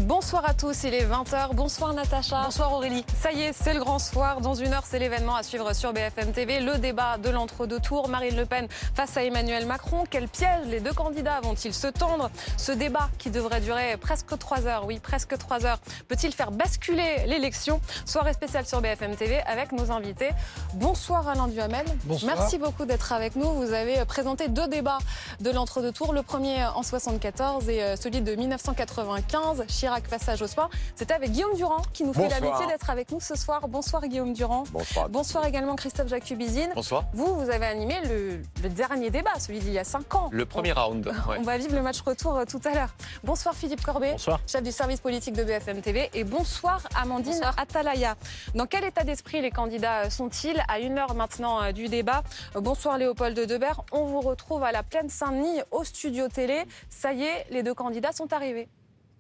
Bonsoir à tous, il est 20h. Bonsoir Natacha. Bonsoir Aurélie. Ça y est, c'est le grand soir. Dans une heure, c'est l'événement à suivre sur BFM TV. Le débat de l'entre-deux tours. Marine Le Pen face à Emmanuel Macron. Quel piège les deux candidats vont-ils se tendre? Ce débat qui devrait durer presque 3 heures, oui, presque 3 heures, peut-il faire basculer l'élection? Soirée spéciale sur BFM TV avec nos invités. Bonsoir Alain Duhamel. Bonsoir. Merci beaucoup d'être avec nous. Vous avez présenté 2 débats de l'entre-deux tours. Le premier en 74 et celui de 1995. Chirac face à Jospin. C'était avec Guillaume Durand qui nous fait l'amitié d'être avec nous ce soir. Bonsoir Guillaume Durand. Bonsoir. Bonsoir également Christophe Jacubizine. Bonsoir. Vous avez animé le dernier débat, celui d'il y a 5 ans. Le premier round. Ouais. On va vivre le match retour tout à l'heure. Bonsoir Philippe Corbet, Bonsoir. chef du service politique de BFM TV. Et bonsoir Amandine Atalaya. Dans quel état d'esprit les candidats sont-ils à 1 heure maintenant du débat? Bonsoir Léopold Debert. On vous retrouve à la Plaine Saint-Denis au studio télé. Ça y est, les 2 candidats sont arrivés.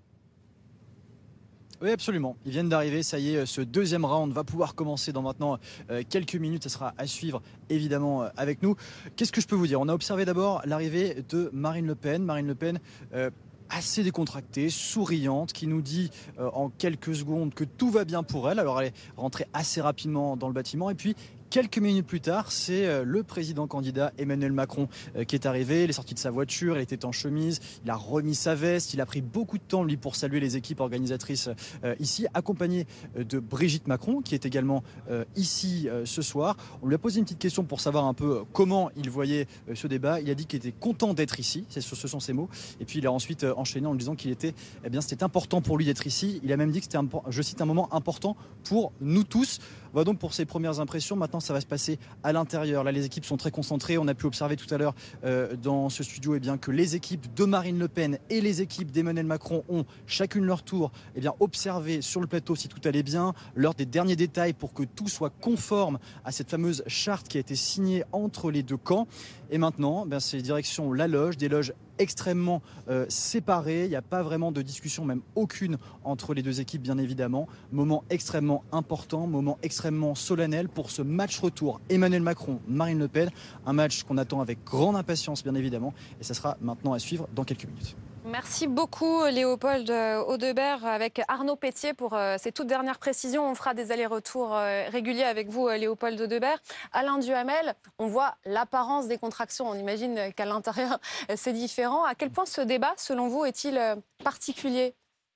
Oui, absolument. Ils viennent d'arriver. Ça y est, ce deuxième round va pouvoir commencer dans maintenant quelques minutes. Ça sera à suivre, évidemment, avec nous. Qu'est-ce que je peux vous dire? On a observé d'abord l'arrivée de Marine Le Pen. Marine Le Pen, assez décontractée, souriante, qui nous dit en quelques secondes que tout va bien pour elle. Alors, elle est rentrée assez rapidement dans le bâtiment. Et puis, quelques minutes plus tard, c'est le président candidat Emmanuel Macron qui est arrivé. Il est sorti de sa voiture, il était en chemise, il a remis sa veste, il a pris beaucoup de temps lui pour saluer les équipes organisatrices ici, accompagné de Brigitte Macron qui est également ici ce soir. On lui a posé une petite question pour savoir un peu comment il voyait ce débat. Il a dit qu'il était content d'être ici, ce sont ses mots. Et puis il a ensuite enchaîné en lui disant qu'il était, c'était important pour lui d'être ici. Il a même dit que c'était, je cite, un moment important pour nous tous. Voilà donc pour ses premières impressions. Maintenant, ça va se passer à l'intérieur. Là, les équipes sont très concentrées. On a pu observer tout à l'heure dans ce studio que les équipes de Marine Le Pen et les équipes d'Emmanuel Macron ont chacune leur tour observé sur le plateau si tout allait bien, l'heure des derniers détails pour que tout soit conforme à cette fameuse charte qui a été signée entre les 2 camps. Et maintenant, c'est direction la loge, des loges extrêmement séparées. Il n'y a pas vraiment de discussion, même aucune, entre les 2 équipes, bien évidemment. Moment extrêmement important, moment extrêmement solennel pour ce match retour Emmanuel Macron, Marine Le Pen. Un match qu'on attend avec grande impatience, bien évidemment. Et ça sera maintenant à suivre dans quelques minutes. Merci beaucoup Léopold Audebert avec Arnaud Pétier pour ces toutes dernières précisions. On fera des allers-retours réguliers avec vous Léopold Audebert. Alain Duhamel, on voit l'apparence des contractions. On imagine qu'à l'intérieur c'est différent. À quel point ce débat, selon vous, est-il particulier?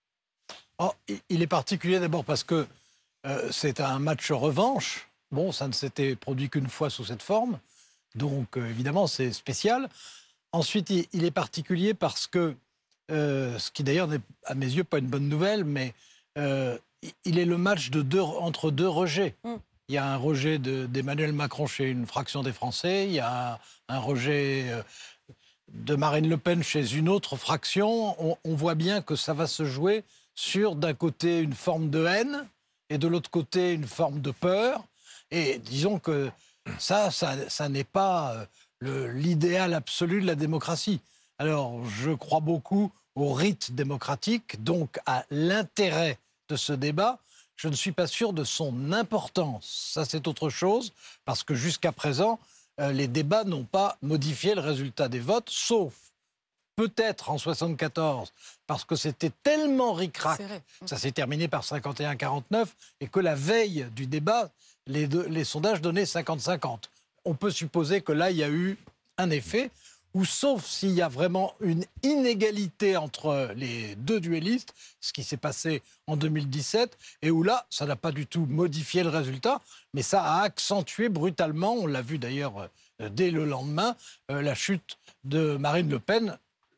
Il est particulier d'abord parce que c'est un match revanche. Bon, ça ne s'était produit qu'une fois sous cette forme. Donc évidemment c'est spécial. Ensuite il est particulier parce que ce qui d'ailleurs n'est à mes yeux pas une bonne nouvelle, mais il est le match entre 2 rejets. Il y a un rejet d'Emmanuel Macron chez une fraction des Français, il y a un rejet de Marine Le Pen chez une autre fraction. On voit bien que ça va se jouer sur d'un côté une forme de haine et de l'autre côté une forme de peur. Et disons que ça n'est pas l'idéal absolu de la démocratie. Alors, je crois beaucoup au rite démocratique, donc à l'intérêt de ce débat. Je ne suis pas sûr de son importance. Ça, c'est autre chose, parce que jusqu'à présent, les débats n'ont pas modifié le résultat des votes, sauf peut-être en 74, parce que c'était tellement ric-rac, ça s'est terminé par 51-49, et que la veille du débat, les sondages donnaient 50-50. On peut supposer que là, il y a eu un effet, ou sauf s'il y a vraiment une inégalité entre les 2 duellistes, ce qui s'est passé en 2017, et où là, ça n'a pas du tout modifié le résultat, mais ça a accentué brutalement, on l'a vu d'ailleurs dès le lendemain, la chute de Marine Le Pen.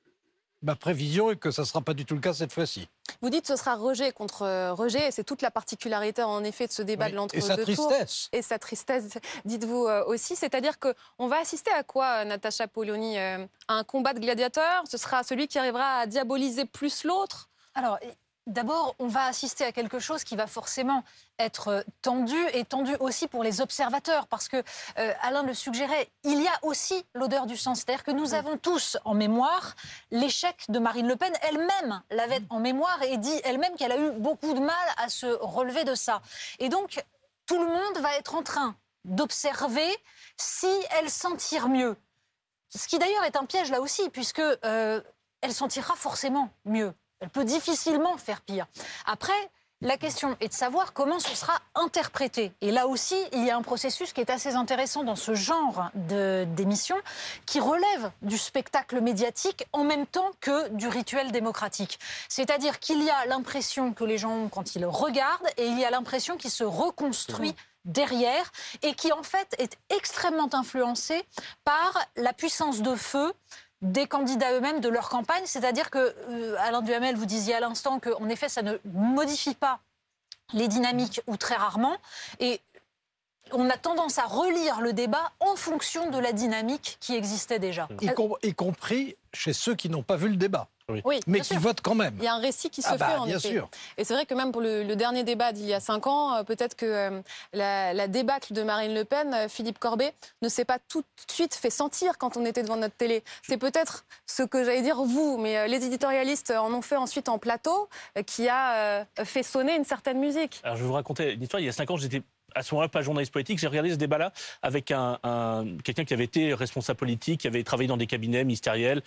Ma prévision est que ça ne sera pas du tout le cas cette fois-ci. Vous dites que ce sera rejet contre rejet, et c'est toute la particularité en effet de ce débat de l'entre-deux tours. Et sa tristesse. Et sa tristesse, dites-vous aussi. C'est-à-dire qu'on va assister à quoi, Natacha Polony? À un combat de gladiateurs? Ce sera celui qui arrivera à diaboliser plus l'autre? Alors, d'abord, on va assister à quelque chose qui va forcément être tendu, et tendu aussi pour les observateurs, parce que Alain le suggérait, il y a aussi l'odeur du sang. C'est-à-dire que nous avons tous en mémoire l'échec de Marine Le Pen. Elle-même l'avait en mémoire et dit elle-même qu'elle a eu beaucoup de mal à se relever de ça. Et donc, tout le monde va être en train d'observer si elle s'en tire mieux. Ce qui d'ailleurs est un piège là aussi, puisque elle s'en tirera forcément mieux. Elle peut difficilement faire pire. Après, la question est de savoir comment ce sera interprété. Et là aussi, il y a un processus qui est assez intéressant dans ce genre d'émission, qui relève du spectacle médiatique en même temps que du rituel démocratique. C'est-à-dire qu'il y a l'impression que les gens ont quand ils regardent, et il y a l'impression qu'il se reconstruit derrière, et qui en fait est extrêmement influencé par la puissance de feu des candidats eux-mêmes, de leur campagne. C'est-à-dire que, Alain Duhamel, vous disiez à l'instant qu'en effet, ça ne modifie pas les dynamiques ou très rarement. Et on a tendance à relire le débat en fonction de la dynamique qui existait déjà. Y compris chez ceux qui n'ont pas vu le débat. Oui, mais qui votent quand même. Il y a un récit qui se fait, en bien effet. Sûr. Et c'est vrai que même pour le dernier débat d'il y a 5 ans, peut-être que la débâcle de Marine Le Pen, Philippe Corbet, ne s'est pas tout de suite fait sentir quand on était devant notre télé. C'est peut-être ce que j'allais dire vous, mais les éditorialistes en ont fait ensuite en plateau, qui a fait sonner une certaine musique. Alors je vais vous raconter une histoire. Il y a 5 ans, j'étais à ce moment-là pas journaliste politique. J'ai regardé ce débat-là avec quelqu'un qui avait été responsable politique, qui avait travaillé dans des cabinets ministériels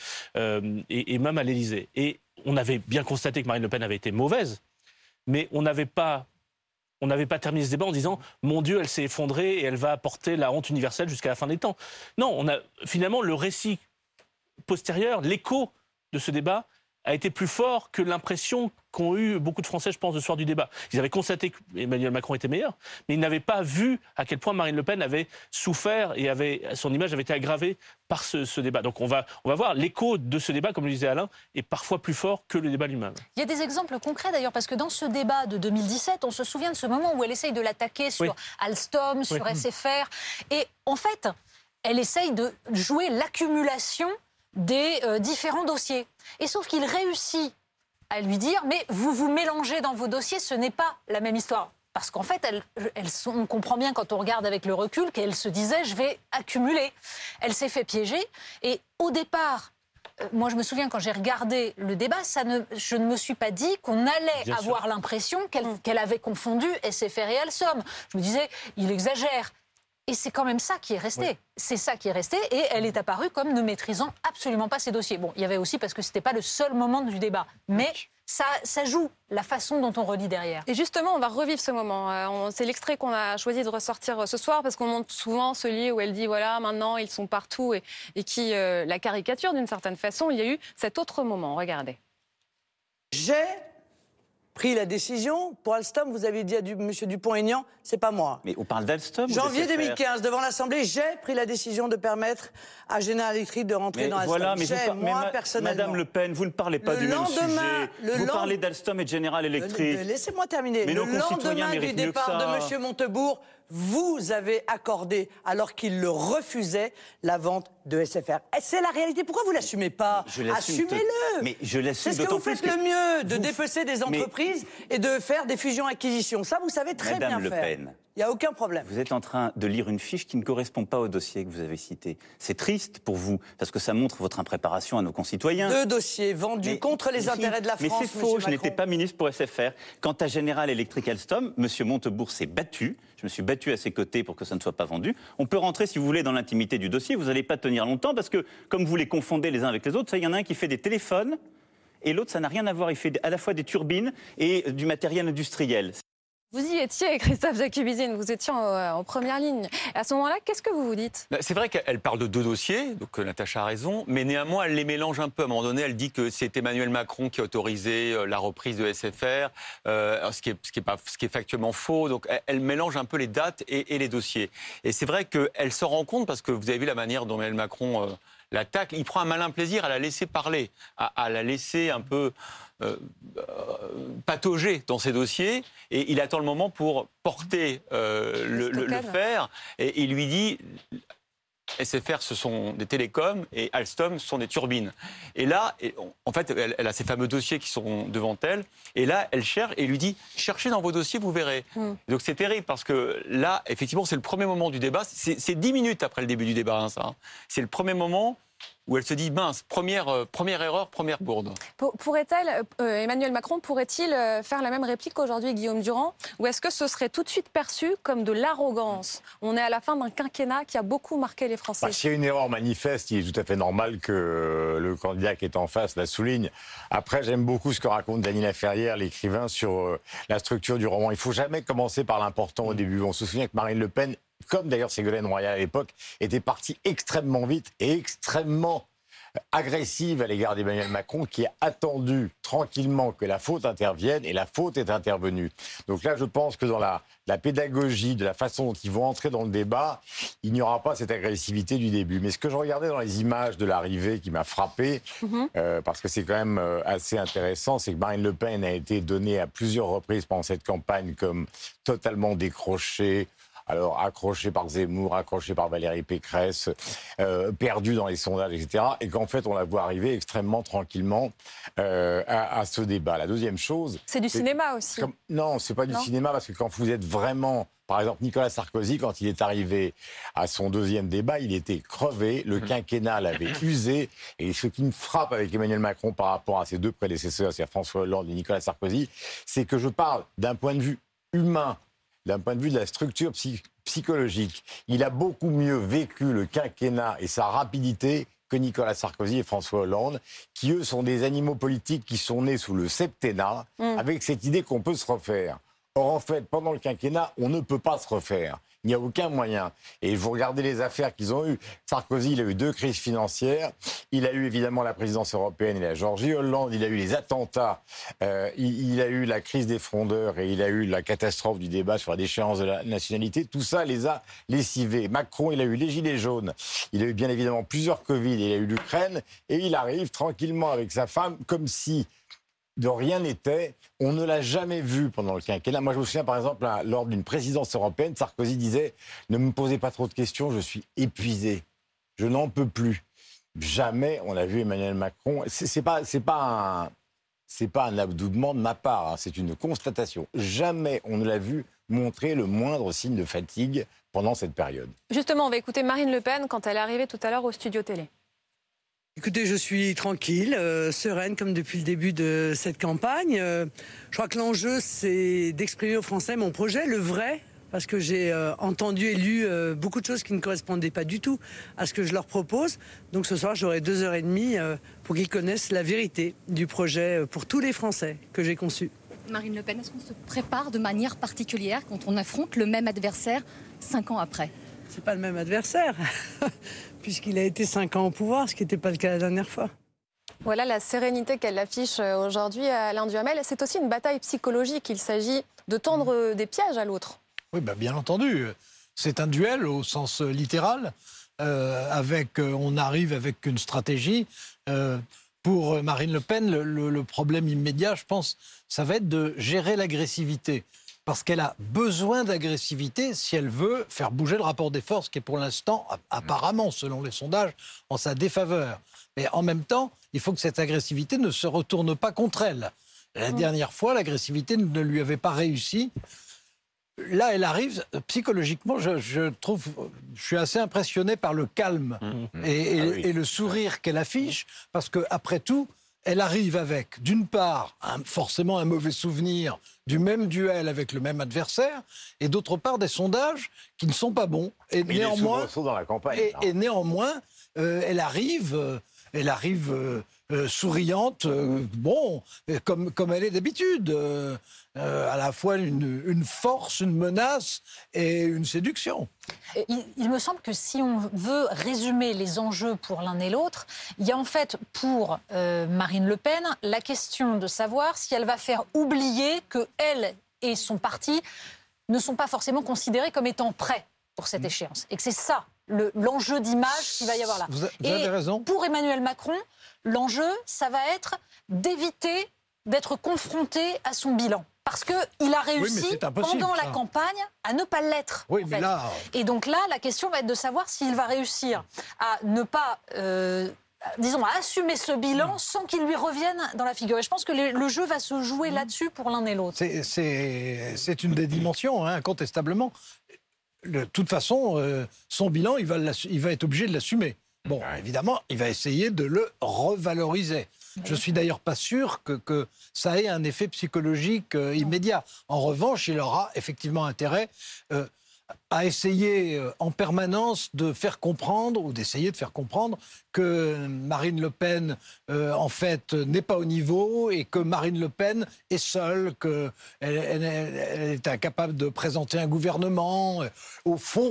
et même à l'Élysée. Et on avait bien constaté que Marine Le Pen avait été mauvaise, mais on n'avait pas terminé ce débat en disant « Mon Dieu, elle s'est effondrée et elle va apporter la honte universelle jusqu'à la fin des temps ». Non, on a finalement le récit postérieur, l'écho de ce débat a été plus fort que l'impression qu'ont eu beaucoup de Français, je pense, le soir du débat. Ils avaient constaté qu'Emmanuel Macron était meilleur, mais ils n'avaient pas vu à quel point Marine Le Pen avait souffert et son image avait été aggravée par ce débat. Donc on va voir, l'écho de ce débat, comme le disait Alain, est parfois plus fort que le débat lui-même. Il y a des exemples concrets d'ailleurs, parce que dans ce débat de 2017, on se souvient de ce moment où elle essaye de l'attaquer sur Alstom, sur SFR, et en fait, elle essaye de jouer l'accumulation des différents dossiers. Et sauf qu'il réussit à lui dire « Mais vous vous mélangez dans vos dossiers, ce n'est pas la même histoire ». Parce qu'en fait, on comprend bien quand on regarde avec le recul qu'elle se disait « Je vais accumuler ». Elle s'est fait piéger. Et au départ, moi je me souviens quand j'ai regardé le débat, je ne me suis pas dit qu'on allait avoir l'impression qu'elle avait confondu SFR et Alstom. Je me disais « Il exagère ». Et c'est quand même ça qui est resté. Oui. C'est ça qui est resté et elle est apparue comme ne maîtrisant absolument pas ses dossiers. Bon, il y avait aussi parce que ce n'était pas le seul moment du débat. Mais ça joue la façon dont on relit derrière. Et justement, on va revivre ce moment. C'est l'extrait qu'on a choisi de ressortir ce soir parce qu'on montre souvent ce lit où elle dit voilà, maintenant ils sont partout et qui la caricature d'une certaine façon. Il y a eu cet autre moment. Regardez. J'ai pris la décision. Pour Alstom, vous avez dit à M. Dupont-Aignan, c'est pas moi. Mais on parle d'Alstom. Janvier 2015, devant l'Assemblée, j'ai pris la décision de permettre à General Electric de rentrer dans Alstom. Voilà, mais moi, personnellement. Madame Le Pen, vous ne parlez pas du même sujet. Vous parlez d'Alstom et de General Electric. Laissez-moi terminer. Mais le lendemain du départ de M. Montebourg, vous avez accordé, alors qu'il le refusait, la vente de SFR. C'est la réalité. Pourquoi vous ne l'assumez pas? Assumez-le. Mais je l'assume. C'est ce que vous faites le mieux, de dépecer des entreprises et de faire des fusions-acquisitions. Ça, vous savez très bien faire. Madame Le Pen. Il n'y a aucun problème. Vous êtes en train de lire une fiche qui ne correspond pas au dossier que vous avez cité. C'est triste pour vous, parce que ça montre votre impréparation à nos concitoyens. 2 dossiers vendus contre les intérêts de la France. Mais c'est faux, je n'étais pas ministre pour SFR. Quant à General Electric Alstom, M. Montebourg s'est battu. Je me suis battu à ses côtés pour que ça ne soit pas vendu. On peut rentrer, si vous voulez, dans l'intimité du dossier. Vous n'allez pas tenir longtemps, parce que, comme vous les confondez les uns avec les autres, il y en a un qui fait des téléphones, et l'autre, ça n'a rien à voir. Il fait à la fois des turbines et du matériel industriel. Vous y étiez, Christophe Jacubizine, vous étiez en première ligne. À ce moment-là, qu'est-ce que vous vous dites? C'est vrai qu'elle parle de 2 dossiers, donc Natacha a raison, mais néanmoins, elle les mélange un peu. À un moment donné, elle dit que c'est Emmanuel Macron qui a autorisé la reprise de SFR, ce qui est factuellement faux. Donc, elle mélange un peu les dates et les dossiers. Et c'est vrai qu'elle s'en rend compte, parce que vous avez vu la manière dont Emmanuel Macron l'attaque. Il prend un malin plaisir à la laisser parler, à la laisser un peu patauger dans ses dossiers, et il attend le moment pour porter le fer, et il lui dit SFR ce sont des télécoms et Alstom ce sont des turbines. Et là, en fait, elle a ces fameux dossiers qui sont devant elle, et là elle cherche et lui dit cherchez dans vos dossiers, vous verrez. Donc c'est terrible, parce que là, effectivement, c'est le premier moment du débat, c'est 10 minutes après le début du débat, ça. C'est le premier moment où elle se dit, mince, première erreur, première bourde. Emmanuel Macron pourrait-il faire la même réplique qu'aujourd'hui Guillaume Durand? Ou est-ce que ce serait tout de suite perçu comme de l'arrogance? On est à la fin d'un quinquennat qui a beaucoup marqué les Français. S'il y a une erreur manifeste, il est tout à fait normal que le candidat qui est en face la souligne. Après, j'aime beaucoup ce que raconte Dany Laferrière, l'écrivain, sur la structure du roman. Il ne faut jamais commencer par l'important au début. On se souvient que Marine Le Pen, comme d'ailleurs Ségolène Royal à l'époque, était partie extrêmement vite et extrêmement agressive à l'égard d'Emmanuel Macron, qui a attendu tranquillement que la faute intervienne, et la faute est intervenue. Donc là, je pense que dans la pédagogie, de la façon dont ils vont entrer dans le débat, il n'y aura pas cette agressivité du début. Mais ce que je regardais dans les images de l'arrivée qui m'a frappé, parce que c'est quand même assez intéressant, c'est que Marine Le Pen a été donnée à plusieurs reprises pendant cette campagne comme totalement décrochée, alors accroché par Zemmour, accroché par Valérie Pécresse, perdu dans les sondages, etc. Et qu'en fait, on la voit arriver extrêmement tranquillement à ce débat. La deuxième chose... C'est du cinéma aussi. Non, c'est pas du cinéma, parce que quand vous êtes vraiment... Par exemple, Nicolas Sarkozy, quand il est arrivé à son deuxième débat, il était crevé, le quinquennat l'avait usé. Et ce qui me frappe avec Emmanuel Macron par rapport à ses deux prédécesseurs, c'est-à-dire François Hollande et Nicolas Sarkozy, c'est que je parle d'un point de vue humain, d'un point de vue de la structure psychologique. Il a beaucoup mieux vécu le quinquennat et sa rapidité que Nicolas Sarkozy et François Hollande, qui eux sont des animaux politiques qui sont nés sous le septennat, avec cette idée qu'on peut se refaire. Or, en fait, pendant le quinquennat, on ne peut pas se refaire. Il n'y a aucun moyen. Et vous regardez les affaires qu'ils ont eues. Sarkozy, il a eu 2 crises financières. Il a eu évidemment la présidence européenne et la Géorgie. Hollande, il a eu les attentats. Il a eu la crise des frondeurs et il a eu la catastrophe du débat sur la déchéance de la nationalité. Tout ça les a lessivés. Macron, il a eu les gilets jaunes. Il a eu bien évidemment plusieurs Covid. Il a eu l'Ukraine. Et il arrive tranquillement avec sa femme comme si de rien n'était. On ne l'a jamais vu pendant le quinquennat. Moi, je me souviens, par exemple, lors d'une présidence européenne, Sarkozy disait « Ne me posez pas trop de questions, je suis épuisé. Je n'en peux plus. » Jamais on a vu Emmanuel Macron. C'est pas un adoubement de ma part, hein, c'est une constatation. Jamais on ne l'a vu montrer le moindre signe de fatigue pendant cette période. Justement, on va écouter Marine Le Pen quand elle est arrivée tout à l'heure au studio télé. Écoutez, je suis tranquille, sereine comme depuis le début de cette campagne. Je crois que l'enjeu, c'est d'exprimer aux Français mon projet, le vrai, parce que j'ai entendu et lu beaucoup de choses qui ne correspondaient pas du tout à ce que je leur propose. Donc ce soir, j'aurai 2h30 pour qu'ils connaissent la vérité du projet pour tous les Français que j'ai conçu. Marine Le Pen, est-ce qu'on se prépare de manière particulière quand on affronte le même adversaire 5 ans après? C'est pas le même adversaire, puisqu'il a été 5 ans au pouvoir, ce qui n'était pas le cas la dernière fois. Voilà la sérénité qu'elle affiche aujourd'hui à Alain Duhamel. C'est aussi une bataille psychologique. Il s'agit de tendre des pièges à l'autre. Oui, bien entendu. C'est un duel au sens littéral. On arrive avec une stratégie. Pour Marine Le Pen, le problème immédiat, je pense, ça va être de gérer l'agressivité. Parce qu'elle a besoin d'agressivité si elle veut faire bouger le rapport des forces, qui est pour l'instant, apparemment, selon les sondages, en sa défaveur. Mais en même temps, il faut que cette agressivité ne se retourne pas contre elle. La dernière fois, l'agressivité ne lui avait pas réussi. Là, elle arrive, psychologiquement, je suis assez impressionné par le calme et le sourire qu'elle affiche, parce qu'après tout, elle arrive avec, d'une part, forcément un mauvais souvenir du même duel avec le même adversaire, et d'autre part, des sondages qui ne sont pas bons. Et néanmoins, dans la campagne, et néanmoins, elle arrive souriante, comme elle est d'habitude. À la fois une force, une menace et une séduction. Il me semble que si on veut résumer les enjeux pour l'un et l'autre, il y a en fait pour Marine Le Pen la question de savoir si elle va faire oublier qu'elle et son parti ne sont pas forcément considérés comme étant prêts pour cette échéance. Et que c'est ça l'enjeu d'image qu'il va y avoir là. Vous avez raison. Pour Emmanuel Macron, l'enjeu, ça va être d'éviter d'être confronté à son bilan. Parce qu'il a réussi pendant la campagne à ne pas l'être. Oui, mais là... Et donc là, la question va être de savoir s'il va réussir à ne pas, à assumer ce bilan sans qu'il lui revienne dans la figure. Et je pense que le jeu va se jouer là-dessus pour l'un et l'autre. C'est une des dimensions, incontestablement. De toute façon, son bilan, il va être obligé de l'assumer. Bon, évidemment, il va essayer de le revaloriser. Je suis d'ailleurs pas sûr que ça ait un effet psychologique immédiat. En revanche, il aura effectivement intérêt à essayer en permanence de faire comprendre, ou d'essayer de faire comprendre, que Marine Le Pen, en fait, n'est pas au niveau et que Marine Le Pen est seule, qu'elle est incapable de présenter un gouvernement. Au fond,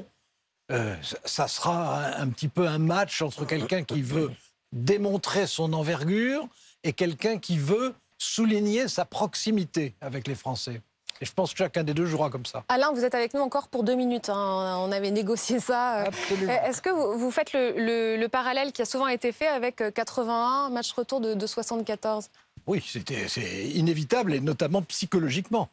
ça sera un petit peu un match entre quelqu'un qui veut démontrer son envergure et quelqu'un qui veut souligner sa proximité avec les Français. Et je pense que chacun des deux jouera comme ça. Alain, vous êtes avec nous encore pour 2 minutes. Hein. On avait négocié ça. Absolument. Est-ce que vous faites le parallèle qui a souvent été fait avec 81, match retour de 74 ? Oui, c'est inévitable, et notamment psychologiquement.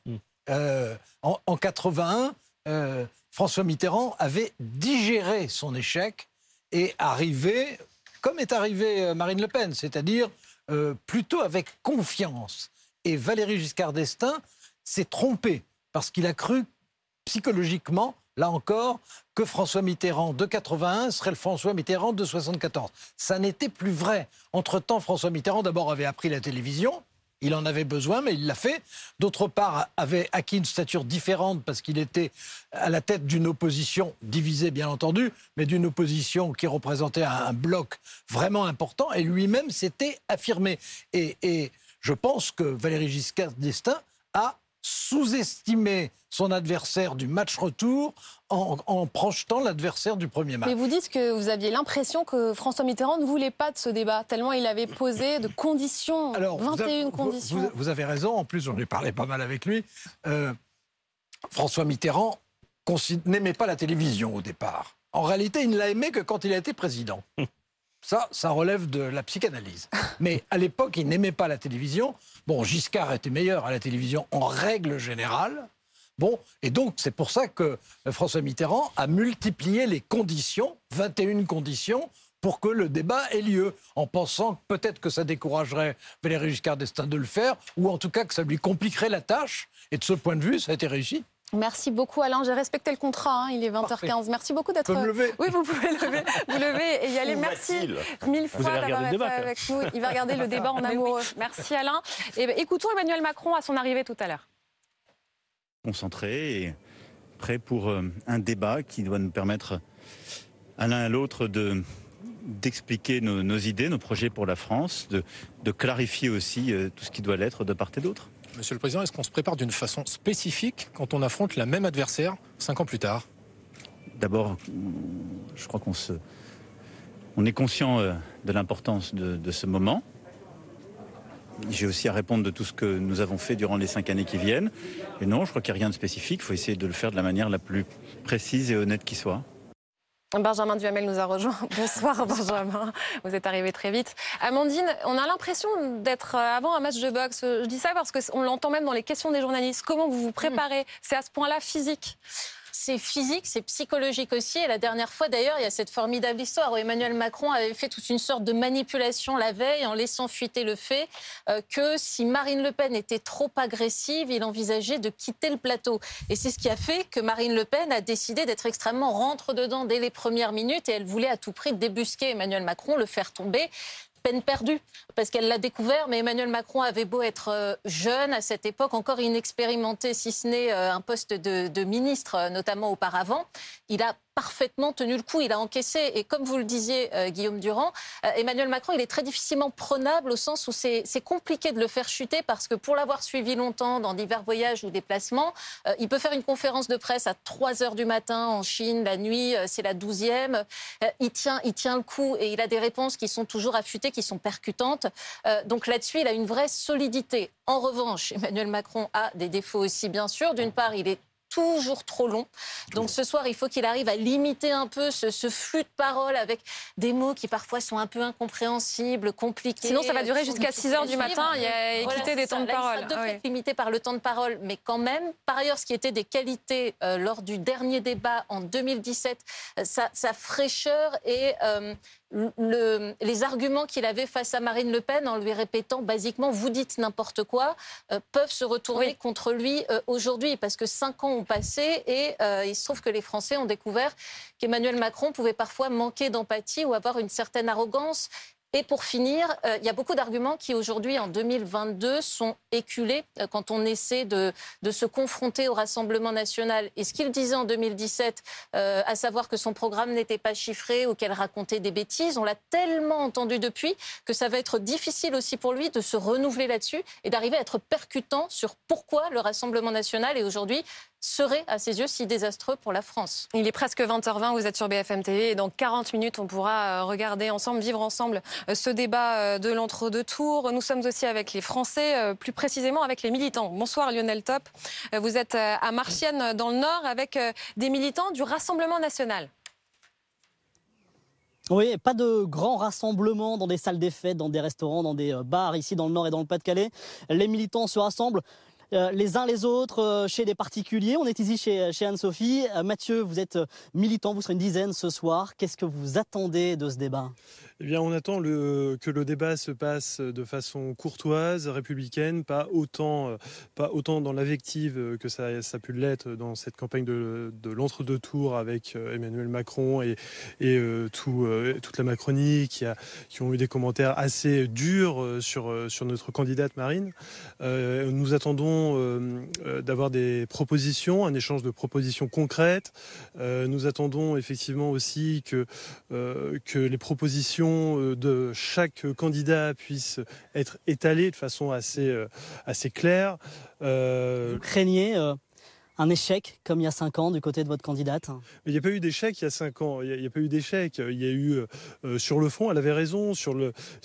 En 81, François Mitterrand avait digéré son échec et arrivé, comme est arrivé Marine Le Pen, c'est-à-dire plutôt avec confiance. Et Valéry Giscard d'Estaing s'est trompé, parce qu'il a cru psychologiquement, là encore, que François Mitterrand de 81 serait le François Mitterrand de 74. Ça n'était plus vrai. Entre-temps, François Mitterrand d'abord avait appris la télévision, il en avait besoin, mais il l'a fait. D'autre part, avait acquis une stature différente parce qu'il était à la tête d'une opposition, divisée bien entendu, mais d'une opposition qui représentait un bloc vraiment important, et lui-même s'était affirmé. Et je pense que Valéry Giscard d'Estaing a sous-estimé son adversaire du match retour en projetant l'adversaire du premier match. Mais vous dites que vous aviez l'impression que François Mitterrand ne voulait pas de ce débat, tellement il avait posé de conditions, alors, 21 conditions. Vous avez raison, en plus j'en ai parlé pas mal avec lui. François Mitterrand n'aimait pas la télévision au départ. En réalité, il ne l'a aimé que quand il a été président. Ça relève de la psychanalyse. Mais à l'époque, il n'aimait pas la télévision. Bon, Giscard était meilleur à la télévision en règle générale. Bon, et donc c'est pour ça que François Mitterrand a multiplié les conditions, 21 conditions, pour que le débat ait lieu, en pensant peut-être que ça découragerait Valéry Giscard d'Estaing de le faire, ou en tout cas que ça lui compliquerait la tâche. Et de ce point de vue, ça a été réussi. Merci beaucoup Alain, j'ai respecté le contrat, hein. Il est 20h15. Parfait. Merci beaucoup d'être... Je peux me lever? Oui, vous pouvez lever. Vous levez et y aller. Merci mille fois d'avoir été avec nous. Il va regarder le débat en amoureux. Merci Alain. Et écoutons Emmanuel Macron à son arrivée tout à l'heure. Concentré et prêt pour un débat qui doit nous permettre à l'un et à l'autre d'expliquer nos idées, nos projets pour la France, de clarifier aussi tout ce qui doit l'être de part et d'autre. Monsieur le Président, est-ce qu'on se prépare d'une façon spécifique quand on affronte la même adversaire 5 ans plus tard? D'abord, je crois on est conscient de l'importance de ce moment. J'ai aussi à répondre de tout ce que nous avons fait durant les 5 années qui viennent. Et non, je crois qu'il n'y a rien de spécifique. Il faut essayer de le faire de la manière la plus précise et honnête qui soit. Benjamin Duhamel nous a rejoint. Bonsoir Benjamin, vous êtes arrivé très vite. Amandine, on a l'impression d'être avant un match de boxe. Je dis ça parce qu'on l'entend même dans les questions des journalistes. Comment vous vous préparez? C'est à ce point-là physique? C'est physique, c'est psychologique aussi. Et la dernière fois, d'ailleurs, il y a cette formidable histoire où Emmanuel Macron avait fait toute une sorte de manipulation la veille en laissant fuiter le fait que si Marine Le Pen était trop agressive, il envisageait de quitter le plateau. Et c'est ce qui a fait que Marine Le Pen a décidé d'être extrêmement rentre-dedans dès les premières minutes et elle voulait à tout prix débusquer Emmanuel Macron, le faire tomber. Peine perdue, parce qu'elle l'a découvert, mais Emmanuel Macron avait beau être jeune à cette époque, encore inexpérimenté, si ce n'est un poste de ministre, notamment auparavant, il a parfaitement tenu le coup, il a encaissé. Et comme vous le disiez, Guillaume Durand, Emmanuel Macron, il est très difficilement prenable au sens où c'est compliqué de le faire chuter parce que pour l'avoir suivi longtemps dans divers voyages ou déplacements, il peut faire une conférence de presse à 3h du matin en Chine, la nuit, c'est la 12e. Il tient le coup et il a des réponses qui sont toujours affûtées, qui sont percutantes. Donc là-dessus, il a une vraie solidité. En revanche, Emmanuel Macron a des défauts aussi, bien sûr. D'une part, il est toujours trop long. Donc ce soir, il faut qu'il arrive à limiter un peu ce flux de paroles avec des mots qui parfois sont un peu incompréhensibles, compliqués. Sinon, ça va durer jusqu'à 6h du matin. Il y a équité des temps de parole. Il sera limité par le temps de parole, mais quand même. Par ailleurs, ce qui était des qualités lors du dernier débat en 2017, sa fraîcheur et les arguments qu'il avait face à Marine Le Pen, en lui répétant basiquement « vous dites n'importe quoi », peuvent se retourner contre lui aujourd'hui. Parce que 5 ans ont passé et il se trouve que les Français ont découvert qu'Emmanuel Macron pouvait parfois manquer d'empathie ou avoir une certaine arrogance. Et pour finir, il y a beaucoup d'arguments qui aujourd'hui, en 2022, sont éculés quand on essaie de se confronter au Rassemblement national. Et ce qu'il disait en 2017, à savoir que son programme n'était pas chiffré ou qu'elle racontait des bêtises, on l'a tellement entendu depuis que ça va être difficile aussi pour lui de se renouveler là-dessus et d'arriver à être percutant sur pourquoi le Rassemblement national est aujourd'hui serait, à ses yeux, si désastreux pour la France. Il est presque 20h20, vous êtes sur BFM TV et dans 40 minutes, on pourra regarder ensemble, vivre ensemble ce débat de l'entre-deux tours. Nous sommes aussi avec les Français, plus précisément avec les militants. Bonsoir Lionel Top, vous êtes à Marchiennes dans le Nord avec des militants du Rassemblement national. Oui, pas de grands rassemblements dans des salles des fêtes, dans des restaurants, dans des bars ici dans le Nord et dans le Pas-de-Calais. Les militants se rassemblent les uns les autres chez des particuliers. On est ici chez Anne-Sophie. Mathieu, vous êtes militant, vous serez une dizaine ce soir. Qu'est-ce que vous attendez de ce débat ? Eh bien, on attend que le débat se passe de façon courtoise, républicaine, pas autant dans l'invective que ça a pu l'être dans cette campagne de l'entre-deux tours avec Emmanuel Macron et toute la Macronie qui ont eu des commentaires assez durs sur notre candidate Marine. Nous attendons d'avoir des propositions, un échange de propositions concrètes. Nous attendons effectivement aussi que les propositions de chaque candidat puissent être étalées de façon assez claire. Vous craignez un échec comme il y a 5 ans du côté de votre candidate ? Mais il n'y a pas eu d'échec il y a 5 ans. Il n'y a pas eu d'échec. Il y a eu, sur le fond, elle avait raison, sur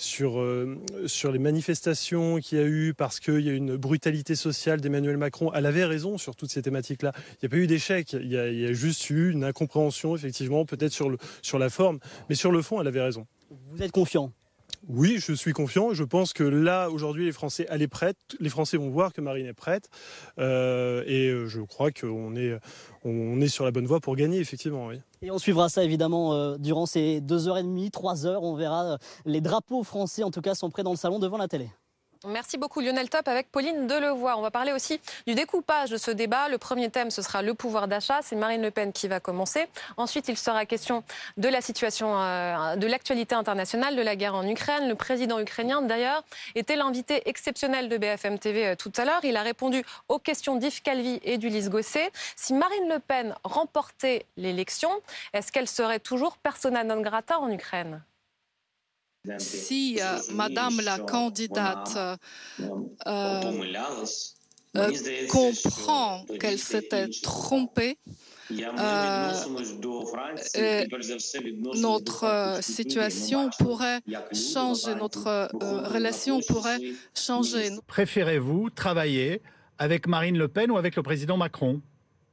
les manifestations qu'il y a eu, parce qu'il y a une brutalité sociale d'Emmanuel Macron. Elle avait raison sur toutes ces thématiques-là. Il n'y a pas eu d'échec. Il y a juste eu une incompréhension, effectivement, peut-être sur la forme. Mais sur le fond, elle avait raison. Vous êtes confiant ? Oui, je suis confiant. Je pense que là, aujourd'hui, les Français, elle est prête. Les Français vont voir que Marine est prête. Et je crois qu'on est sur la bonne voie pour gagner, effectivement, oui. Et on suivra ça, évidemment, durant ces 2h30, 3h. On verra les drapeaux français, en tout cas, sont prêts dans le salon devant la télé. Merci beaucoup Lionel Top avec Pauline Delevoye. On va parler aussi du découpage de ce débat. Le premier thème, ce sera le pouvoir d'achat. C'est Marine Le Pen qui va commencer. Ensuite, il sera question de la situation, de l'actualité internationale, de la guerre en Ukraine. Le président ukrainien, d'ailleurs, était l'invité exceptionnel de BFM TV tout à l'heure. Il a répondu aux questions d'Yves Calvi et d'Ulysse Gosset. Si Marine Le Pen remportait l'élection, est-ce qu'elle serait toujours persona non grata en Ukraine ? Si Madame la candidate comprend qu'elle s'était trompée, notre situation pourrait changer, notre relation pourrait changer. Préférez-vous travailler avec Marine Le Pen ou avec le président Macron ?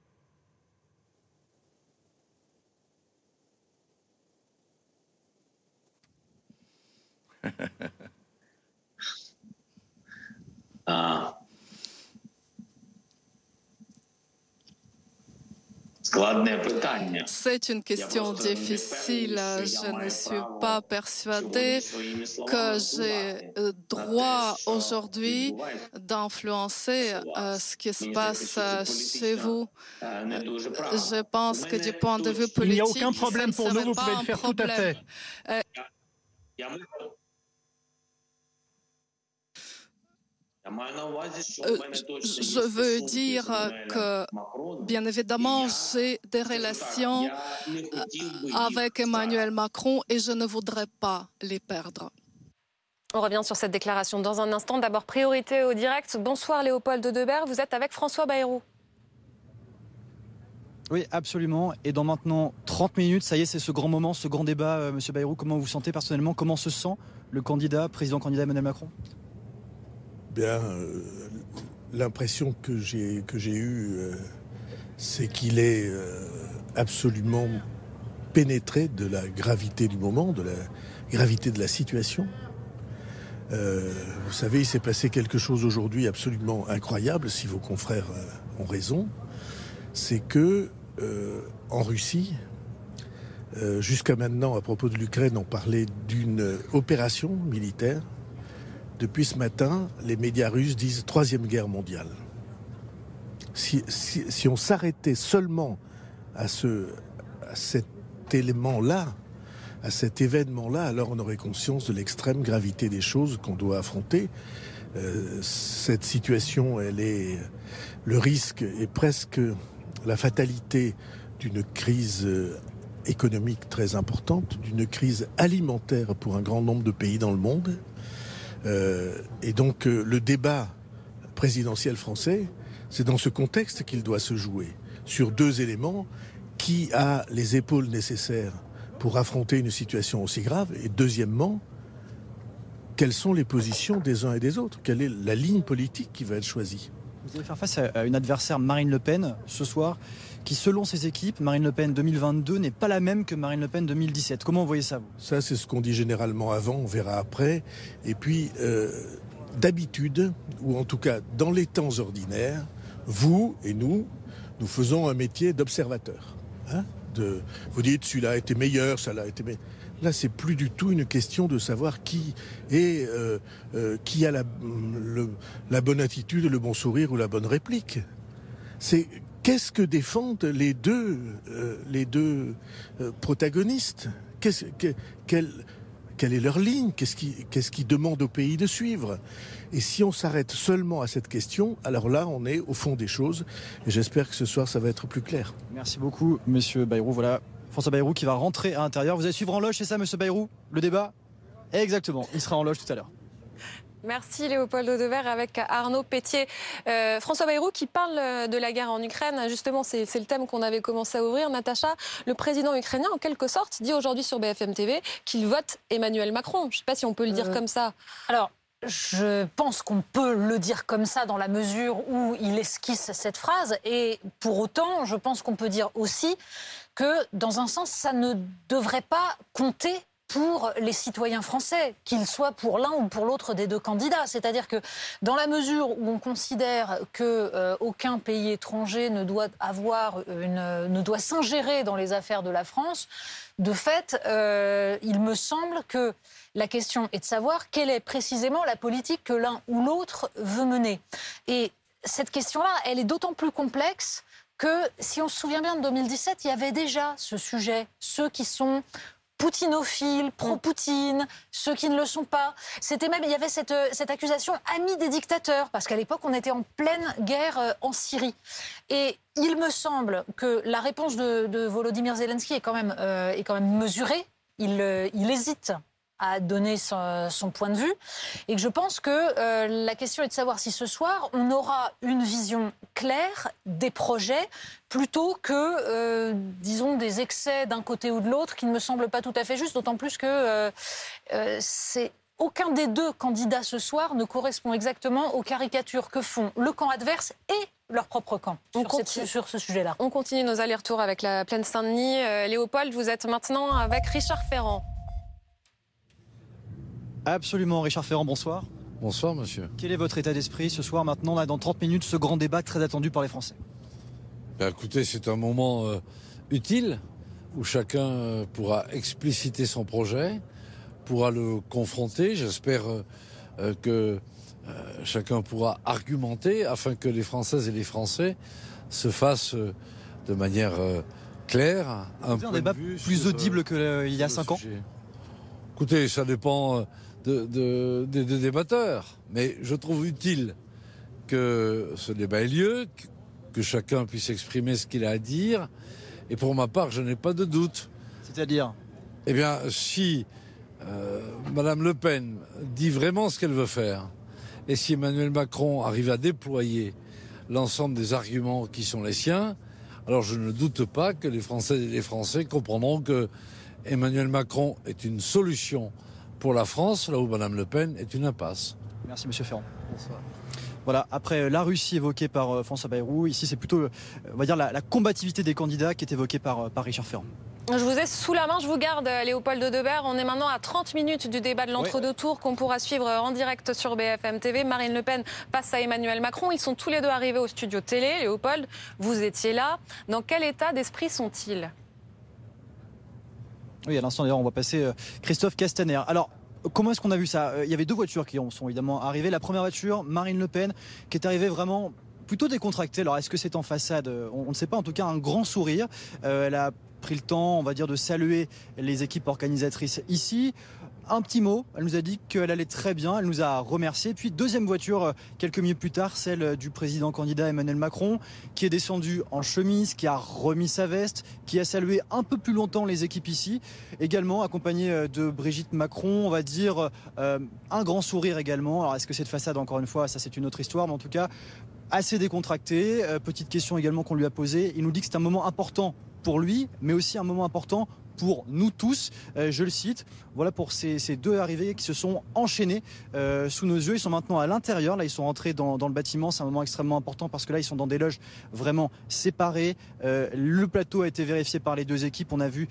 C'est une question difficile. Je ne suis pas persuadée que j'ai droit aujourd'hui d'influencer ce qui se passe chez vous. Je pense que du point de vue politique, il n'y a aucun problème pour nous, vous pouvez le faire tout à fait. Je veux dire que, bien évidemment, j'ai des relations avec Emmanuel Macron et je ne voudrais pas les perdre. On revient sur cette déclaration dans un instant. D'abord, priorité au direct. Bonsoir Léopold Debert, vous êtes avec François Bayrou. Oui, absolument. Et dans maintenant 30 minutes, ça y est, c'est ce grand moment, ce grand débat. Monsieur Bayrou, comment vous vous sentez personnellement ? Comment se sent le président-candidat Emmanuel Macron ? Bien, l'impression que j'ai eue, c'est qu'il est absolument pénétré de la gravité du moment, de la gravité de la situation. Vous savez, il s'est passé quelque chose aujourd'hui absolument incroyable, si vos confrères ont raison. C'est que en Russie, jusqu'à maintenant, à propos de l'Ukraine, on parlait d'une opération militaire. Depuis ce matin, les médias russes disent Troisième Guerre mondiale. Si on s'arrêtait seulement à cet élément-là, à cet événement-là, alors on aurait conscience de l'extrême gravité des choses qu'on doit affronter. Cette situation, le risque est presque la fatalité d'une crise économique très importante, d'une crise alimentaire pour un grand nombre de pays dans le monde. Et donc le débat présidentiel français, c'est dans ce contexte qu'il doit se jouer, sur deux éléments. Qui a les épaules nécessaires pour affronter une situation aussi grave? Et deuxièmement, quelles sont les positions des uns et des autres? Quelle est la ligne politique qui va être choisie? Vous allez faire face à une adversaire, Marine Le Pen, ce soir, qui, selon ses équipes, Marine Le Pen 2022 n'est pas la même que Marine Le Pen 2017. Comment vous voyez ça, vous? Ça, c'est ce qu'on dit généralement avant, on verra après. Et puis, d'habitude, ou en tout cas dans les temps ordinaires, vous et nous faisons un métier d'observateur. Hein, vous dites, celui-là a été meilleur, ça l'a été meilleur. Là, c'est plus du tout une question de savoir qui a la bonne attitude, le bon sourire ou la bonne réplique. C'est qu'est-ce que défendent les deux protagonistes? Quelle est leur ligne? Qu'est-ce qui demande au pays de suivre? Et si on s'arrête seulement à cette question, alors là, on est au fond des choses. Et j'espère que ce soir, ça va être plus clair. Merci beaucoup, Monsieur Bayrou. Voilà, François Bayrou qui va rentrer à l'intérieur. Vous allez suivre en loge, c'est ça, Monsieur Bayrou, le débat? Exactement, il sera en loge tout à l'heure. Merci Léopold Audebert avec Arnaud Pétier. François Bayrou qui parle de la guerre en Ukraine. Justement, c'est le thème qu'on avait commencé à ouvrir. Natacha, le président ukrainien, en quelque sorte, dit aujourd'hui sur BFM TV qu'il vote Emmanuel Macron. Je ne sais pas si on peut le dire comme ça. Alors, je pense qu'on peut le dire comme ça dans la mesure où il esquisse cette phrase. Et pour autant, je pense qu'on peut dire aussi que, dans un sens, ça ne devrait pas compter pour les citoyens français, qu'ils soient pour l'un ou pour l'autre des deux candidats. C'est-à-dire que dans la mesure où on considère qu'aucun pays étranger ne doit s'ingérer dans les affaires de la France, de fait, il me semble que la question est de savoir quelle est précisément la politique que l'un ou l'autre veut mener. Et cette question-là, elle est d'autant plus complexe que, si on se souvient bien de 2017, il y avait déjà ce sujet, ceux qui sont poutinophiles, pro-Poutine, ceux qui ne le sont pas. Il y avait cette accusation amis des dictateurs, parce qu'à l'époque, on était en pleine guerre en Syrie. Et il me semble que la réponse de Volodymyr Zelensky est quand même mesurée. Il hésite à donner son point de vue. Et que je pense que la question est de savoir si ce soir, on aura une vision claire des projets plutôt que, disons, des excès d'un côté ou de l'autre qui ne me semblent pas tout à fait justes, d'autant plus que aucun des deux candidats ce soir ne correspond exactement aux caricatures que font le camp adverse et leur propre camp sur ce sujet-là. On continue nos allers-retours avec la plaine Saint-Denis. Léopold, vous êtes maintenant avec Richard Ferrand. Absolument, Richard Ferrand, bonsoir. Bonsoir, monsieur. Quel est votre état d'esprit ce soir, maintenant, là, dans 30 minutes, ce grand débat très attendu par les Français? Écoutez, c'est un moment utile où chacun pourra expliciter son projet, pourra le confronter. J'espère que chacun pourra argumenter afin que les Françaises et les Français se fassent de manière claire un débat plus audible qu'il y a 5 ans. Écoutez, ça dépend des débatteurs, mais je trouve utile que ce débat ait lieu, que chacun puisse exprimer ce qu'il a à dire, et pour ma part, je n'ai pas de doute. C'est-à-dire? Eh bien, si Madame Le Pen dit vraiment ce qu'elle veut faire, et si Emmanuel Macron arrive à déployer l'ensemble des arguments qui sont les siens, alors je ne doute pas que les Françaises et les Français comprendront que Emmanuel Macron est une solution pour la France, là où Mme Le Pen est une impasse. Merci, Monsieur Ferrand. Bonsoir. Voilà, après la Russie évoquée par François Bayrou, ici c'est plutôt, on va dire, la combativité des candidats qui est évoquée par Richard Ferrand. Je vous ai sous la main, je vous garde, Léopold Audebert. On est maintenant à 30 minutes du débat de l'entre-deux tours qu'on pourra suivre en direct sur BFM TV. Marine Le Pen face à Emmanuel Macron. Ils sont tous les deux arrivés au studio télé. Léopold, vous étiez là. Dans quel état d'esprit sont-ils ? Oui, à l'instant d'ailleurs, on va passer Christophe Castaner. Alors, comment est-ce qu'on a vu ça? Il y avait deux voitures qui sont évidemment arrivées. La première voiture, Marine Le Pen, qui est arrivée vraiment plutôt décontractée. Alors, est-ce que c'est en façade? On ne sait pas. En tout cas, un grand sourire. Elle a pris le temps, on va dire, de saluer les équipes organisatrices ici. Un petit mot, elle nous a dit qu'elle allait très bien, elle nous a remercié. Puis deuxième voiture, quelques minutes plus tard, celle du président candidat Emmanuel Macron, qui est descendu en chemise, qui a remis sa veste, qui a salué un peu plus longtemps les équipes ici. Également accompagné de Brigitte Macron, on va dire un grand sourire également. Alors est-ce que c'est de façade, encore une fois, ça c'est une autre histoire, mais en tout cas assez décontracté. Petite question également qu'on lui a posée, il nous dit que c'est un moment important pour lui, mais aussi un moment important pour nous tous, je le cite. Voilà pour ces deux arrivées qui se sont enchaînées sous nos yeux. Ils sont maintenant à l'intérieur, là ils sont rentrés dans le bâtiment. C'est un moment extrêmement important parce que là ils sont dans des loges vraiment séparées. Le plateau a été vérifié par les deux équipes. On a vu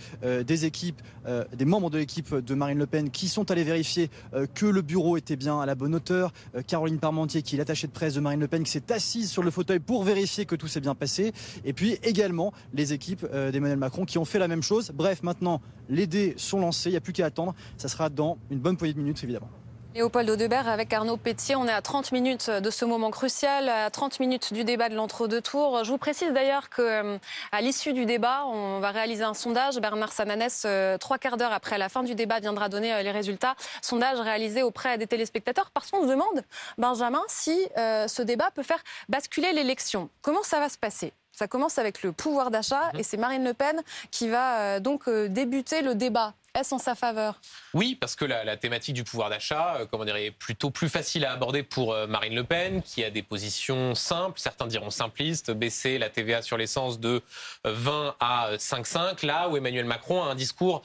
des membres de l'équipe de Marine Le Pen qui sont allés vérifier que le bureau était bien à la bonne hauteur. Caroline Parmentier, qui est l'attachée de presse de Marine Le Pen, qui s'est assise sur le fauteuil pour vérifier que tout s'est bien passé. Et puis également les équipes d'Emmanuel Macron qui ont fait la même chose. Bref, maintenant les dés sont lancés, il n'y a plus qu'à attendre. Ça sera dans une bonne poignée de minutes, évidemment. Léopold Audebert avec Arnaud Pétier. On est à 30 minutes de ce moment crucial, à 30 minutes du débat de l'entre-deux tours. Je vous précise d'ailleurs qu'à l'issue du débat, on va réaliser un sondage. Bernard Sananès, 3 quarts d'heure après la fin du débat, viendra donner les résultats. Sondage réalisé auprès des téléspectateurs parce qu'on se demande, Benjamin, si ce débat peut faire basculer l'élection. Comment ça va se passer ? Ça commence avec le pouvoir d'achat et c'est Marine Le Pen qui va donc débuter le débat. Est-ce en sa faveur? Oui, parce que la thématique du pouvoir d'achat, est plutôt plus facile à aborder pour Marine Le Pen, qui a des positions simples, certains diront simplistes, baisser la TVA sur l'essence de 20 à 5,5, là où Emmanuel Macron a un discours,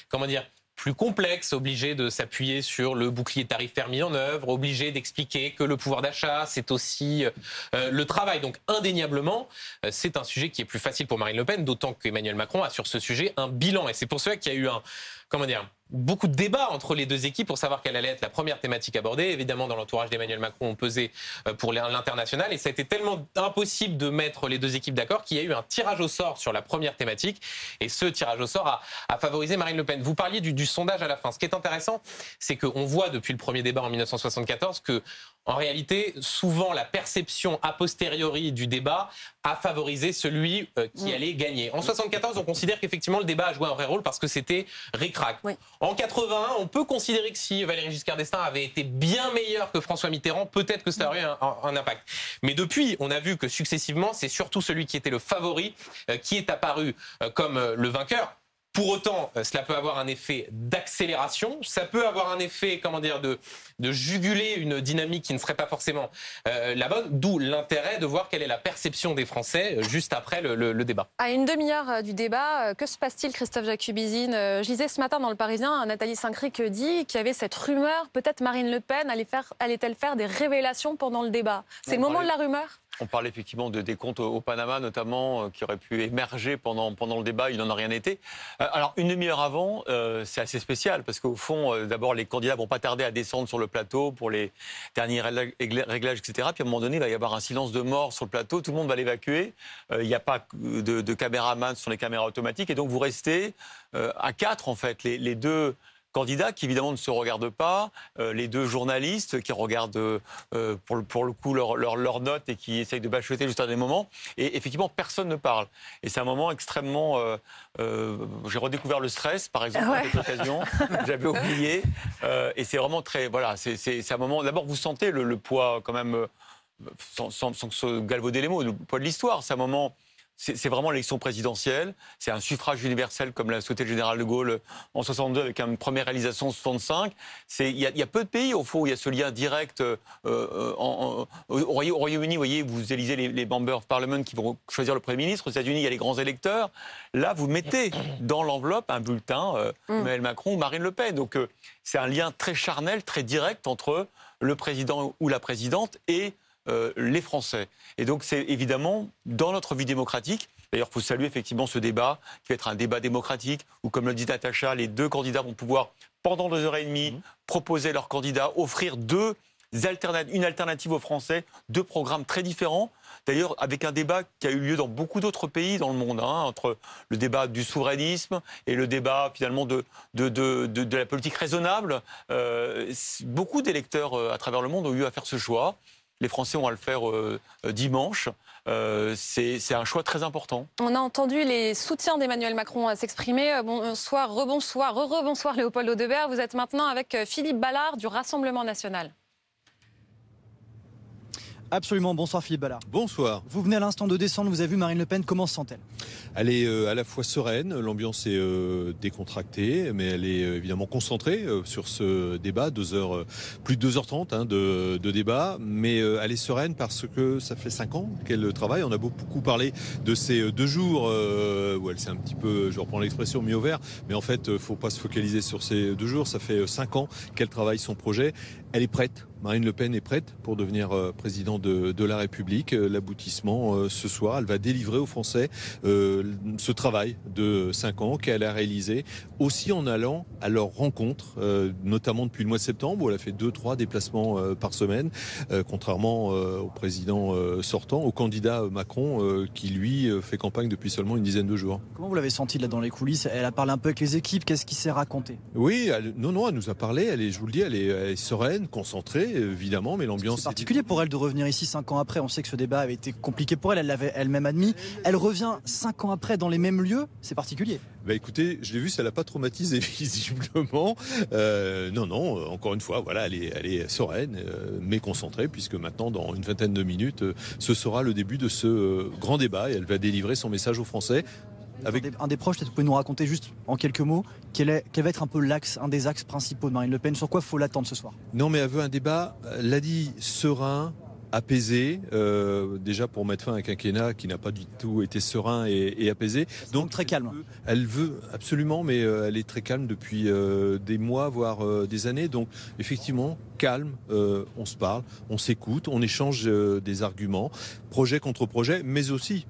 plus complexe, obligé de s'appuyer sur le bouclier tarifaire mis en œuvre, obligé d'expliquer que le pouvoir d'achat, c'est aussi le travail. Donc indéniablement, c'est un sujet qui est plus facile pour Marine Le Pen, d'autant qu'Emmanuel Macron a sur ce sujet un bilan. Et c'est pour cela qu'il y a eu beaucoup de débats entre les deux équipes pour savoir quelle allait être la première thématique abordée. Évidemment, dans l'entourage d'Emmanuel Macron, on pesait pour l'international et ça a été tellement impossible de mettre les deux équipes d'accord qu'il y a eu un tirage au sort sur la première thématique et ce tirage au sort a favorisé Marine Le Pen. Vous parliez du sondage à la fin. Ce qui est intéressant, c'est qu'on voit depuis le premier débat en 1974 que en réalité, souvent, la perception a posteriori du débat a favorisé celui qui allait gagner. En 1974, on considère qu'effectivement, le débat a joué un vrai rôle parce que c'était ric-rac. Oui. En 81, on peut considérer que si Valéry Giscard d'Estaing avait été bien meilleur que François Mitterrand, peut-être que ça aurait eu un impact. Mais depuis, on a vu que successivement, c'est surtout celui qui était le favori qui est apparu comme le vainqueur. Pour autant, cela peut avoir un effet d'accélération, ça peut avoir un effet, de juguler une dynamique qui ne serait pas forcément la bonne, d'où l'intérêt de voir quelle est la perception des Français juste après le débat. À une demi-heure du débat, que se passe-t-il, Christophe Jacubizine? Je lisais ce matin dans Le Parisien, Nathalie Saint-Cric dit qu'il y avait cette rumeur, peut-être Marine Le Pen allait-elle faire des révélations pendant le débat. C'est le moment de la rumeur? On parlait effectivement de décomptes au Panama, notamment, qui auraient pu émerger pendant le débat. Il n'en a rien été. Alors, une demi-heure avant, c'est assez spécial, parce qu'au fond, d'abord, les candidats ne vont pas tarder à descendre sur le plateau pour les derniers réglages, etc. Puis à un moment donné, il va y avoir un silence de mort sur le plateau. Tout le monde va l'évacuer. Il n'y a pas de caméraman sur les caméras automatiques. Et donc, vous restez à 4, en fait. Les deux candidats qui évidemment ne se regardent pas, les deux journalistes qui regardent pour le coup leurs notes et qui essayent de bachoter juste à des moments. Et effectivement, personne ne parle. Et c'est un moment extrêmement... j'ai redécouvert le stress, par exemple, à cette occasion. J'avais oublié. Et c'est vraiment très... Voilà, c'est un moment... D'abord, vous sentez le poids quand même, sans se galvauder les mots, le poids de l'histoire. C'est un moment... C'est vraiment l'élection présidentielle, c'est un suffrage universel comme l'a souhaité le général de Gaulle en 62 avec une première réalisation en 65. Il y a peu de pays au fond où il y a ce lien direct. Au Royaume-Uni, vous voyez, vous élisez les Members of Parliament qui vont choisir le Premier ministre. Aux États-Unis, il y a les grands électeurs. Là, vous mettez dans l'enveloppe un bulletin Emmanuel Macron ou Marine Le Pen. Donc c'est un lien très charnel, très direct entre le président ou la présidente et les Français. Et donc c'est évidemment dans notre vie démocratique, d'ailleurs il faut saluer effectivement ce débat qui va être un débat démocratique où, comme le dit Natacha, les deux candidats vont pouvoir pendant 2h30 proposer leurs candidats, offrir une alternative aux Français, deux programmes très différents, D'ailleurs, avec un débat qui a eu lieu dans beaucoup d'autres pays dans le monde, entre le débat du souverainisme et le débat finalement de la politique raisonnable. Beaucoup d'électeurs à travers le monde ont eu à faire ce choix. Les Français ont à le faire dimanche. C'est un choix très important. On a entendu les soutiens d'Emmanuel Macron s'exprimer. Bonsoir, rebonsoir Léopold Audebert. Vous êtes maintenant avec Philippe Ballard du Rassemblement national. Absolument, bonsoir Philippe Ballard. Bonsoir. Vous venez à l'instant de descendre, vous avez vu Marine Le Pen, comment se sent-elle ? Elle est à la fois sereine, l'ambiance est décontractée, mais elle est évidemment concentrée sur ce débat, plus de 2h30 de débat, mais elle est sereine parce que ça fait 5 ans qu'elle travaille. On a beaucoup parlé de ces 2 jours où elle s'est un petit peu, je reprends l'expression, mis au vert, mais en fait, il ne faut pas se focaliser sur ces 2 jours. Ça fait 5 ans qu'elle travaille son projet. Elle est prête. Marine Le Pen est prête pour devenir président de la République. L'aboutissement ce soir, elle va délivrer aux Français ce travail de 5 ans qu'elle a réalisé, aussi en allant à leur rencontre, notamment depuis le mois de septembre, où elle a fait 2-3 déplacements par semaine, contrairement au président sortant, au candidat Macron, qui lui fait campagne depuis seulement une dizaine de jours. Comment vous l'avez senti là dans les coulisses ? Elle a parlé un peu avec les équipes, qu'est-ce qui s'est raconté ? Oui, elle nous a parlé, je vous le dis, elle est sereine, concentrée, évidemment, mais l'ambiance... C'est particulier pour elle de revenir ici 5 ans après. On sait que ce débat avait été compliqué pour elle, elle l'avait elle-même admis. Elle revient 5 ans après dans les mêmes lieux, c'est particulier. Écoutez, je l'ai vu, ça l'a pas traumatisé visiblement. Non, encore une fois, voilà, elle est sereine, mais concentrée, puisque maintenant, dans une vingtaine de minutes, ce sera le début de ce grand débat et elle va délivrer son message aux Français. Avec un des proches, peut-être vous pouvez nous raconter juste en quelques mots quel va être un peu un des axes principaux de Marine Le Pen, sur quoi il faut l'attendre ce soir? Non, mais elle veut un débat, l'a dit, serein, apaisé, déjà pour mettre fin à un quinquennat qui n'a pas du tout été serein et apaisé. Donc très calme. Elle veut absolument, mais elle est très calme depuis des mois, voire des années. Donc effectivement, calme, on se parle, on s'écoute, on échange des arguments, projet contre projet, mais aussi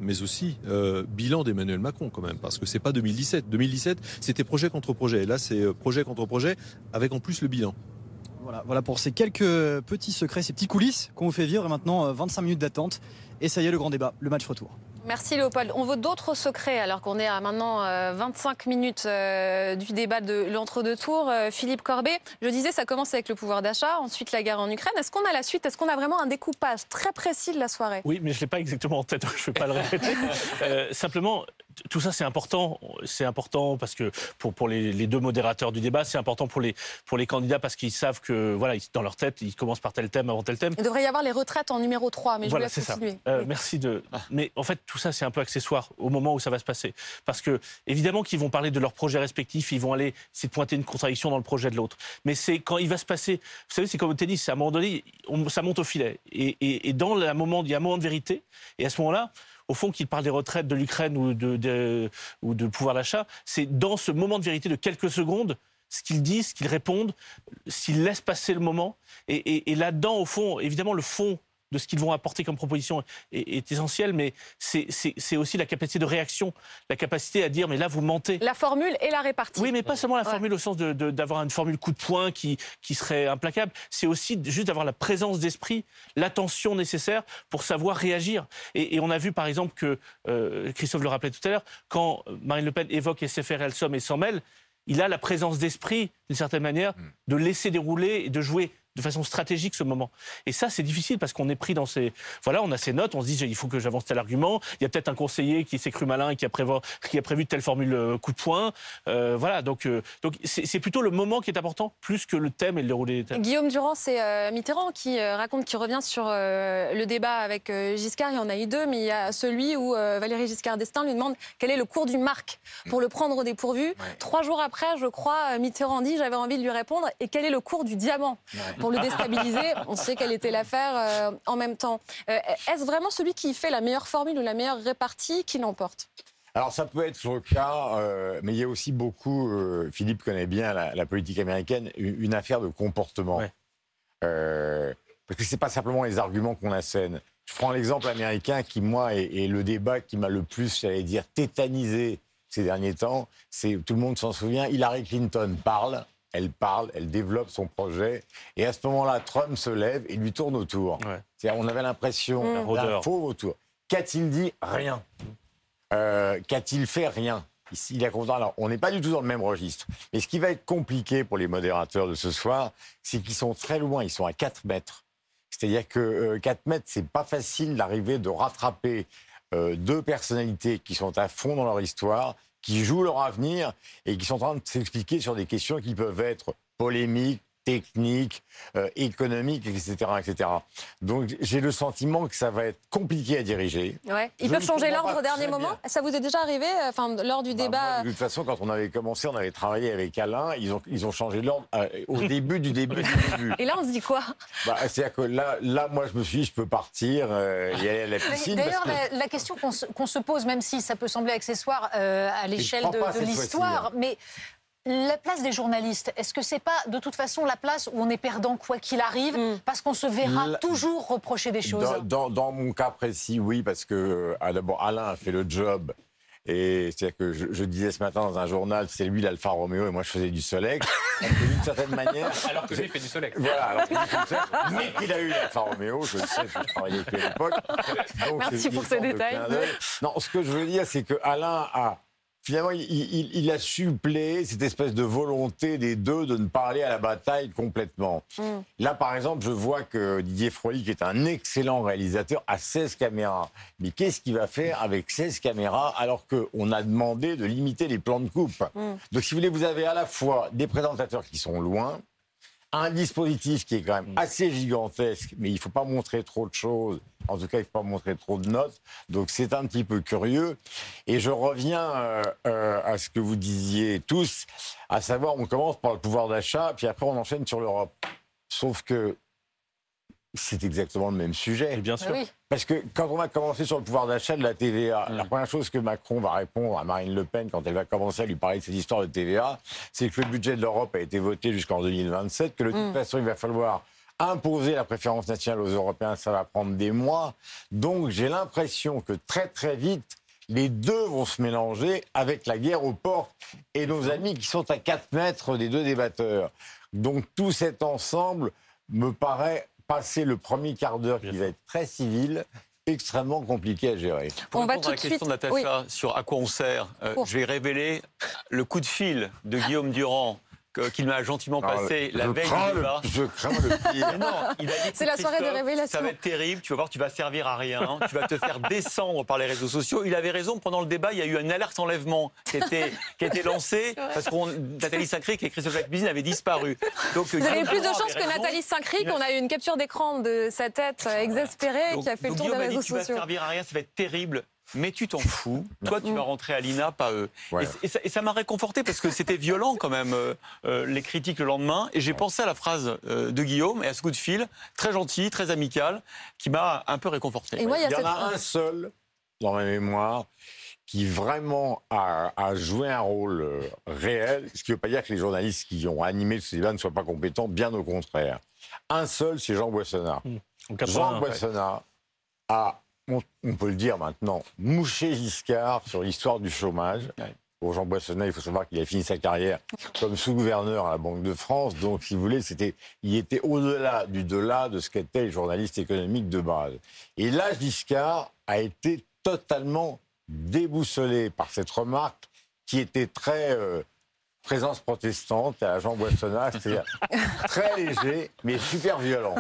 bilan d'Emmanuel Macron quand même, parce que c'est pas 2017. 2017, c'était projet contre projet. Et là, c'est projet contre projet, avec en plus le bilan. Voilà pour ces quelques petits secrets, ces petits coulisses qu'on vous fait vivre. Et maintenant, 25 minutes d'attente. Et ça y est, le grand débat, le match retour. Merci Léopold. On veut d'autres secrets alors qu'on est à maintenant 25 minutes du débat de l'entre-deux tours. Philippe Corbet, je disais, ça commence avec le pouvoir d'achat, ensuite la guerre en Ukraine. Est-ce qu'on a la suite? Est-ce qu'on a vraiment un découpage très précis de la soirée? Oui, mais je ne l'ai pas exactement en tête, donc je ne vais pas le répéter. Simplement, tout ça c'est important. C'est important parce que pour les deux modérateurs du débat, c'est important pour les candidats parce qu'ils savent que voilà, dans leur tête, ils commencent par tel thème avant tel thème. Il devrait y avoir les retraites en numéro 3, mais voilà, je vous laisse continuer. Merci de... Mais en fait, tout ça, c'est un peu accessoire au moment où ça va se passer. Parce que, évidemment, qu'ils vont parler de leurs projets respectifs, ils vont aller essayer de pointer une contradiction dans le projet de l'autre. Mais c'est quand il va se passer... Vous savez, c'est comme au tennis, à un moment donné, ça monte au filet. Et dans il y a un moment de vérité. Et à ce moment-là, au fond, qu'ils parlent des retraites de l'Ukraine ou de pouvoir d'achat, c'est dans ce moment de vérité de quelques secondes, ce qu'ils disent, ce qu'ils répondent, s'ils laissent passer le moment. Et là-dedans, au fond, évidemment, le fond de ce qu'ils vont apporter comme proposition est essentiel, mais c'est aussi la capacité de réaction, la capacité à dire, mais là, vous mentez. La formule et la répartie. Oui, mais pas seulement la formule au sens d'avoir une formule coup de poing qui serait implacable, c'est aussi juste d'avoir la présence d'esprit, l'attention nécessaire pour savoir réagir. Et on a vu, par exemple, que, Christophe le rappelait tout à l'heure, quand Marine Le Pen évoque SFR, Elsom et s'en mêle, il a la présence d'esprit, d'une certaine manière, de laisser dérouler et de jouer de façon stratégique ce moment. Et ça, c'est difficile parce qu'on est pris dans ces... Voilà, on a ces notes, on se dit, il faut que j'avance tel argument. Il y a peut-être un conseiller qui s'est cru malin et qui a prévu telle formule coup de poing. Voilà, donc c'est plutôt le moment qui est important, plus que le thème et le déroulé des thèmes. Guillaume Durand, c'est Mitterrand qui raconte, qui revient sur le débat avec Giscard. Il y en a eu deux, mais il y a celui où Valéry Giscard d'Estaing lui demande quel est le cours du marque pour le prendre au dépourvu. 3 jours après, je crois, Mitterrand dit, j'avais envie de lui répondre, et quel est le cours du diamant pour le déstabiliser? On sait quelle était l'affaire en même temps. Est-ce vraiment celui qui fait la meilleure formule ou la meilleure répartie qui l'emporte? Alors ça peut être le cas, mais il y a aussi beaucoup, Philippe connaît bien la politique américaine, une affaire de comportement. Ouais. Parce que c'est pas simplement les arguments qu'on assène. Je prends l'exemple américain qui, moi, est le débat qui m'a le plus, j'allais dire, tétanisé ces derniers temps. Tout le monde s'en souvient, Hillary Clinton parle, elle développe son projet, et à ce moment-là, Trump se lève et lui tourne autour. Ouais. On avait l'impression d'un faux autour. Qu'a-t-il dit? Rien. Qu'a-t-il fait? Rien. Il a content. Alors, on n'est pas du tout dans le même registre. Mais ce qui va être compliqué pour les modérateurs de ce soir, c'est qu'ils sont très loin. Ils sont à 4 mètres. C'est-à-dire que 4 mètres, c'est pas facile d'arriver de rattraper deux personnalités qui sont à fond dans leur histoire, qui jouent leur avenir et qui sont en train de s'expliquer sur des questions qui peuvent être polémiques, techniques, économiques, etc., etc. Donc j'ai le sentiment que ça va être compliqué à diriger. Ouais. Ils peuvent changer l'ordre au dernier moment. Ça vous est déjà arrivé, lors du débat? Moi, de toute façon, quand on avait commencé, on avait travaillé avec Alain. Ils ont changé l'ordre au début du début. Et là, on se dit quoi? C'est-à-dire que là, moi, je me suis dit, je peux partir et aller à la piscine. D'ailleurs, la question qu'on se pose, même si ça peut sembler accessoire à l'échelle de l'histoire, mais la place des journalistes, est-ce que c'est pas de toute façon la place où on est perdant quoi qu'il arrive, parce qu'on se verra toujours reprocher des choses? Dans mon cas précis, oui, parce que d'abord Alain a fait le job. Et c'est-à-dire que je disais ce matin dans un journal, c'est lui l'Alfa Romeo et moi je faisais du Solex. D'une certaine manière. Alors que lui fait du Solex. Voilà, alors qu'il fait du Solex, mais qu'il a eu l'Alfa Romeo, je le sais, je travaillais avec lui à l'époque. Merci pour ces détails. Non, ce que je veux dire, c'est que Alain a. Finalement, il a suppléé cette espèce de volonté des deux de ne pas aller à la bataille complètement. Là, par exemple, je vois que Didier Fröhlich, qui est un excellent réalisateur, a 16 caméras. Mais qu'est-ce qu'il va faire avec 16 caméras alors qu'on a demandé de limiter les plans de coupe? Donc, si vous voulez, vous avez à la fois des présentateurs qui sont loin, un dispositif qui est quand même assez gigantesque, mais il ne faut pas montrer trop de choses. En tout cas, il ne faut pas montrer trop de notes. Donc, c'est un petit peu curieux. Et je reviens à ce que vous disiez tous, à savoir, on commence par le pouvoir d'achat, puis après, on enchaîne sur l'Europe. Sauf que c'est exactement le même sujet. Et bien sûr. Oui. Parce que quand on va commencer sur le pouvoir d'achat de la TVA, la première chose que Macron va répondre à Marine Le Pen quand elle va commencer à lui parler de cette histoire de TVA, c'est que le budget de l'Europe a été voté jusqu'en 2027, que de toute façon, il va falloir imposer la préférence nationale aux Européens, ça va prendre des mois. Donc j'ai l'impression que très très vite, les deux vont se mélanger avec la guerre aux portes et nos amis qui sont à 4 mètres des deux débatteurs. Donc tout cet ensemble me paraît passer le premier quart d'heure qui va être très civil, extrêmement compliqué à gérer. Pour répondre à la question de Natacha sur à quoi on sert, je vais révéler le coup de fil de Guillaume Durand qu'il m'a gentiment passé la veille du débat. Je crains le pire. Mais non, il a dit, c'est la soirée de révélation. Ça va être terrible, tu vas voir, tu vas servir à rien, tu vas te faire descendre par les réseaux sociaux. Il avait raison, pendant le débat, il y a eu une alerte enlèvement qui était lancée parce que Nathalie Saint-Cric et Christophe Lacbizine avaient disparu. Donc, vous avez eu plus de chance que Nathalie Saint-Cric. On a eu une capture d'écran de sa tête exaspérée qui a fait le tour des réseaux sociaux. Tu vas servir à rien, ça va être terrible. Mais tu t'en fous. Toi, tu vas rentrer à l'INA, pas eux. Ouais. Et ça m'a réconforté parce que c'était violent quand même, les critiques le lendemain. Et j'ai pensé à la phrase de Guillaume et à ce coup de fil, très gentil, très amical, qui m'a un peu réconforté. Et moi, il y en a un seul, dans ma mémoire, qui vraiment a joué un rôle réel. Ce qui ne veut pas dire que les journalistes qui ont animé ce débat ne soient pas compétents, bien au contraire. Un seul, c'est Jean Boissonnat. Jean Boissonnat a... On peut le dire maintenant, mouché Giscard sur l'histoire du chômage. Pour Jean Boissonnat, il faut savoir qu'il a fini sa carrière comme sous-gouverneur à la Banque de France. Donc, si vous voulez, il était au-delà de ce qu'était le journaliste économique de base. Et là, Giscard a été totalement déboussolé par cette remarque qui était très présence protestante à Jean Boissonnat, c'est-à-dire très léger, mais super violent.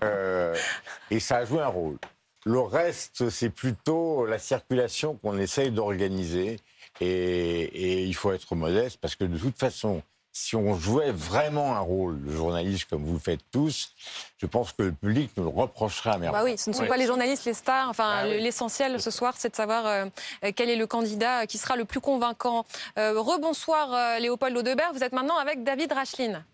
Et ça a joué un rôle. Le reste, c'est plutôt la circulation qu'on essaye d'organiser. Et il faut être modeste parce que de toute façon, si on jouait vraiment un rôle de journaliste comme vous le faites tous, je pense que le public nous le reprocherait amèrement. Bah oui, ce ne sont pas les journalistes, les stars. Enfin, l'essentiel ce soir, c'est de savoir quel est le candidat qui sera le plus convaincant. Rebonsoir Léopold Audebert, vous êtes maintenant avec David Rachlin.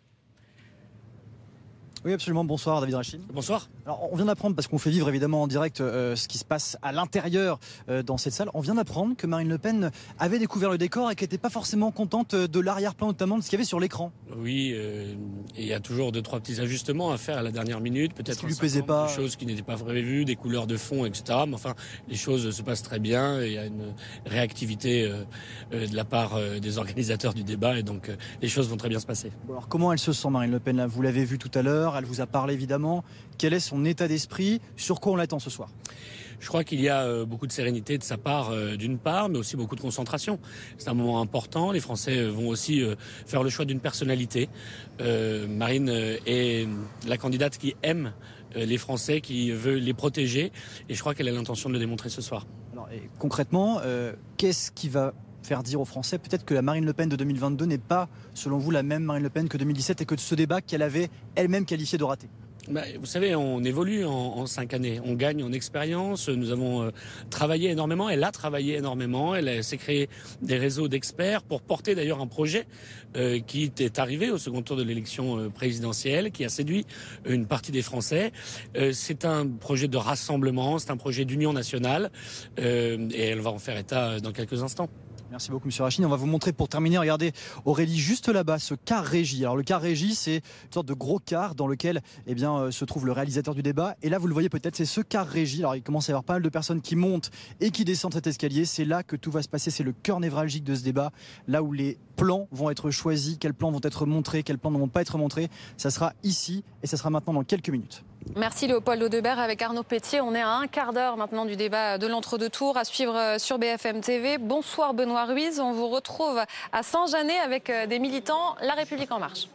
Oui, absolument. Bonsoir, David Rachlin. Bonsoir. Alors, on vient d'apprendre, parce qu'on fait vivre évidemment en direct ce qui se passe à l'intérieur dans cette salle, on vient d'apprendre que Marine Le Pen avait découvert le décor et qu'elle n'était pas forcément contente de l'arrière-plan, notamment de ce qu'il y avait sur l'écran. Oui, et il y a toujours 2-3 petits ajustements à faire à la dernière minute. Peut-être lui plaisait pas. Des choses qui n'étaient pas prévues, des couleurs de fond, etc. Mais enfin, les choses se passent très bien et il y a une réactivité de la part des organisateurs du débat et donc les choses vont très bien se passer. Bon, alors, comment elle se sent, Marine Le Pen là? Vous l'avez vu tout à l'heure. Elle vous a parlé évidemment. Quel est son état d'esprit? Sur quoi on l'attend ce soir? Je crois qu'il y a beaucoup de sérénité de sa part, d'une part, mais aussi beaucoup de concentration. C'est un moment important. Les Français vont aussi faire le choix d'une personnalité. Marine est la candidate qui aime les Français, qui veut les protéger, et je crois qu'elle a l'intention de le démontrer ce soir. Alors, et concrètement, qu'est-ce qui va faire dire aux Français peut-être que la Marine Le Pen de 2022 n'est pas, selon vous, la même Marine Le Pen que 2017 et que ce débat qu'elle avait elle-même qualifié de raté? Vous savez, on évolue en 5 années. On gagne en expérience. Nous avons travaillé énormément. Elle a travaillé énormément. Elle s'est créé des réseaux d'experts pour porter d'ailleurs un projet qui est arrivé au second tour de l'élection présidentielle, qui a séduit une partie des Français. C'est un projet de rassemblement, c'est un projet d'union nationale et elle va en faire état dans quelques instants. Merci beaucoup, Monsieur Rachini. On va vous montrer pour terminer, regardez Aurélie, juste là-bas, ce car régie. Alors le car régie, c'est une sorte de gros car dans lequel se trouve le réalisateur du débat. Et là, vous le voyez peut-être, c'est ce car régie. Alors il commence à y avoir pas mal de personnes qui montent et qui descendent cet escalier. C'est là que tout va se passer. C'est le cœur névralgique de ce débat. Là où les plans vont être choisis, quels plans vont être montrés, quels plans ne vont pas être montrés. Ça sera ici et ça sera maintenant dans quelques minutes. Merci Léopold Audebert avec Arnaud Pétier. On est à un quart d'heure maintenant du débat de l'entre-deux tours à suivre sur BFM TV. Bonsoir Benoît Ruiz. On vous retrouve à Saint-Janet avec des militants La République En Marche.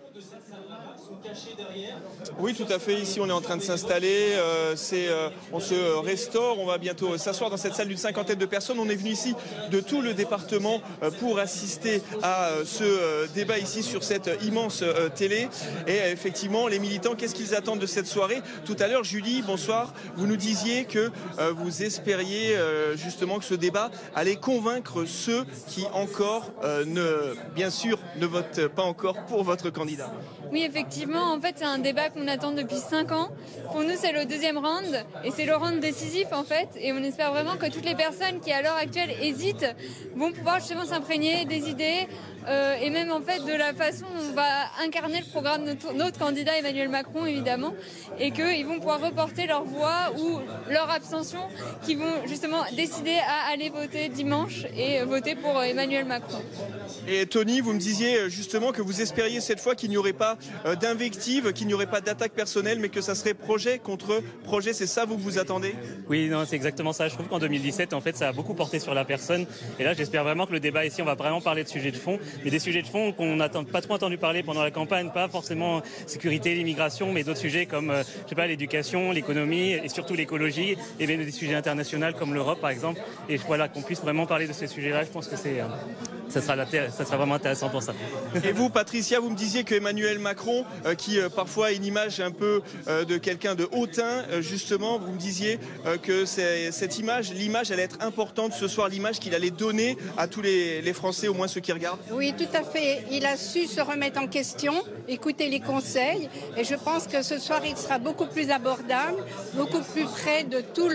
Oui, tout à fait. Ici, on est en train de s'installer. On se restaure. On va bientôt s'asseoir dans cette salle d'une 50aine de personnes. On est venu ici de tout le département pour assister à ce débat ici sur cette immense télé. Et effectivement, les militants, qu'est-ce qu'ils attendent de cette soirée? Tout à l'heure, Julie, bonsoir. Vous nous disiez que vous espériez justement que ce débat allait convaincre ceux qui encore bien sûr, ne votent pas encore pour votre candidat. Oui, effectivement, en fait, c'est un débat qu'on attend depuis 5 ans. Pour nous, c'est le deuxième round et c'est le round décisif, en fait. Et on espère vraiment que toutes les personnes qui, à l'heure actuelle, hésitent vont pouvoir justement s'imprégner des idées et même, en fait, de la façon dont on va incarner le programme de notre candidat Emmanuel Macron, évidemment, et qu'ils vont pouvoir reporter leur voix ou leur abstention, qui vont justement décider à aller voter dimanche et voter pour Emmanuel Macron. Et Tony, vous me disiez justement que vous espériez cette fois qu'il n'y aurait pas d'invective, qu'il n'y aurait pas d'attaque personnelle, mais que ça serait projet contre projet. C'est ça, vous attendez? Oui, non, c'est exactement ça. Je trouve qu'en 2017, en fait, ça a beaucoup porté sur la personne. Et là, j'espère vraiment que le débat ici, on va vraiment parler de sujets de fond, mais des sujets de fond qu'on n'a pas trop entendu parler pendant la campagne, pas forcément sécurité, l'immigration, mais d'autres sujets comme, je sais pas, l'éducation, l'économie et surtout l'écologie, et bien des sujets internationaux comme l'Europe, par exemple. Et voilà, qu'on puisse vraiment parler de ces sujets-là, je pense que ça sera vraiment intéressant pour ça. Et vous, Patricia, vous me disiez que Emmanuel Macron, qui parfois a une image un peu de quelqu'un de hautain, justement, vous me disiez que cette image, l'image allait être importante ce soir, l'image qu'il allait donner à tous les Français, au moins ceux qui regardent. Oui, tout à fait. Il a su se remettre en question, écouter les conseils, et je pense que ce soir, il sera beaucoup plus abordable, beaucoup plus près de tous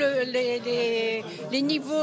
les niveaux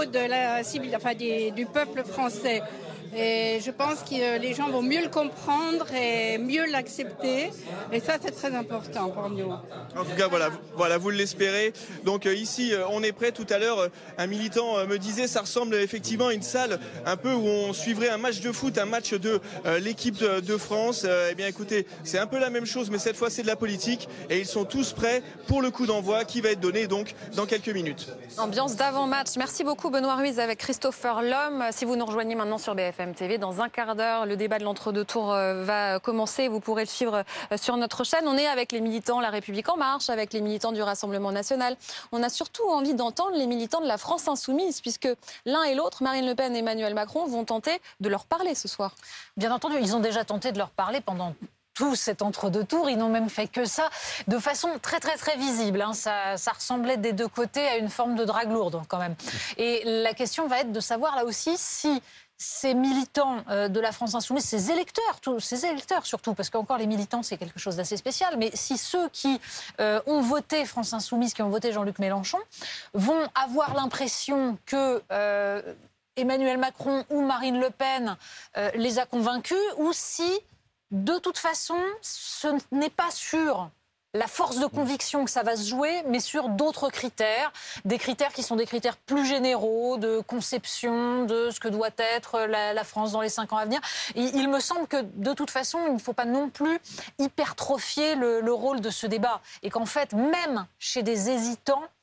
de du peuple français. Et je pense que les gens vont mieux le comprendre et mieux l'accepter. Et ça, c'est très important pour nous. En tout cas, voilà, vous l'espérez. Donc ici, on est prêt. Tout à l'heure, un militant me disait, ça ressemble effectivement à une salle un peu où on suivrait un match de foot, un match de l'équipe de France. Eh bien, écoutez, c'est un peu la même chose, mais cette fois, c'est de la politique. Et ils sont tous prêts pour le coup d'envoi qui va être donné donc dans quelques minutes. Ambiance d'avant-match. Merci beaucoup Benoît Ruiz avec Christopher Lhomme. Si vous nous rejoignez maintenant sur BFM TV, dans un quart d'heure, le débat de l'entre-deux tours va commencer. Vous pourrez le suivre sur notre chaîne. On est avec les militants La République En Marche, avec les militants du Rassemblement National. On a surtout envie d'entendre les militants de la France Insoumise, puisque l'un et l'autre, Marine Le Pen et Emmanuel Macron, vont tenter de leur parler ce soir. Bien entendu, ils ont déjà tenté de leur parler pendant tout cet entre-deux tours. Ils n'ont même fait que ça de façon très très très visible. Ça ressemblait des deux côtés à une forme de drague lourde quand même. Et la question va être de savoir là aussi si ces militants de la France Insoumise, ces électeurs surtout, parce qu'encore les militants c'est quelque chose d'assez spécial, mais si ceux qui ont voté France Insoumise, qui ont voté Jean-Luc Mélenchon, vont avoir l'impression que Emmanuel Macron ou Marine Le Pen les a convaincus, ou si de toute façon ce n'est pas sur la force de conviction que ça va se jouer, mais sur d'autres critères, des critères qui sont des critères plus généraux, de conception de ce que doit être la France dans les 5 ans à venir. Il me semble que de toute façon, il ne faut pas non plus hypertrophier le rôle de ce débat, et qu'en fait, même chez des hésitants,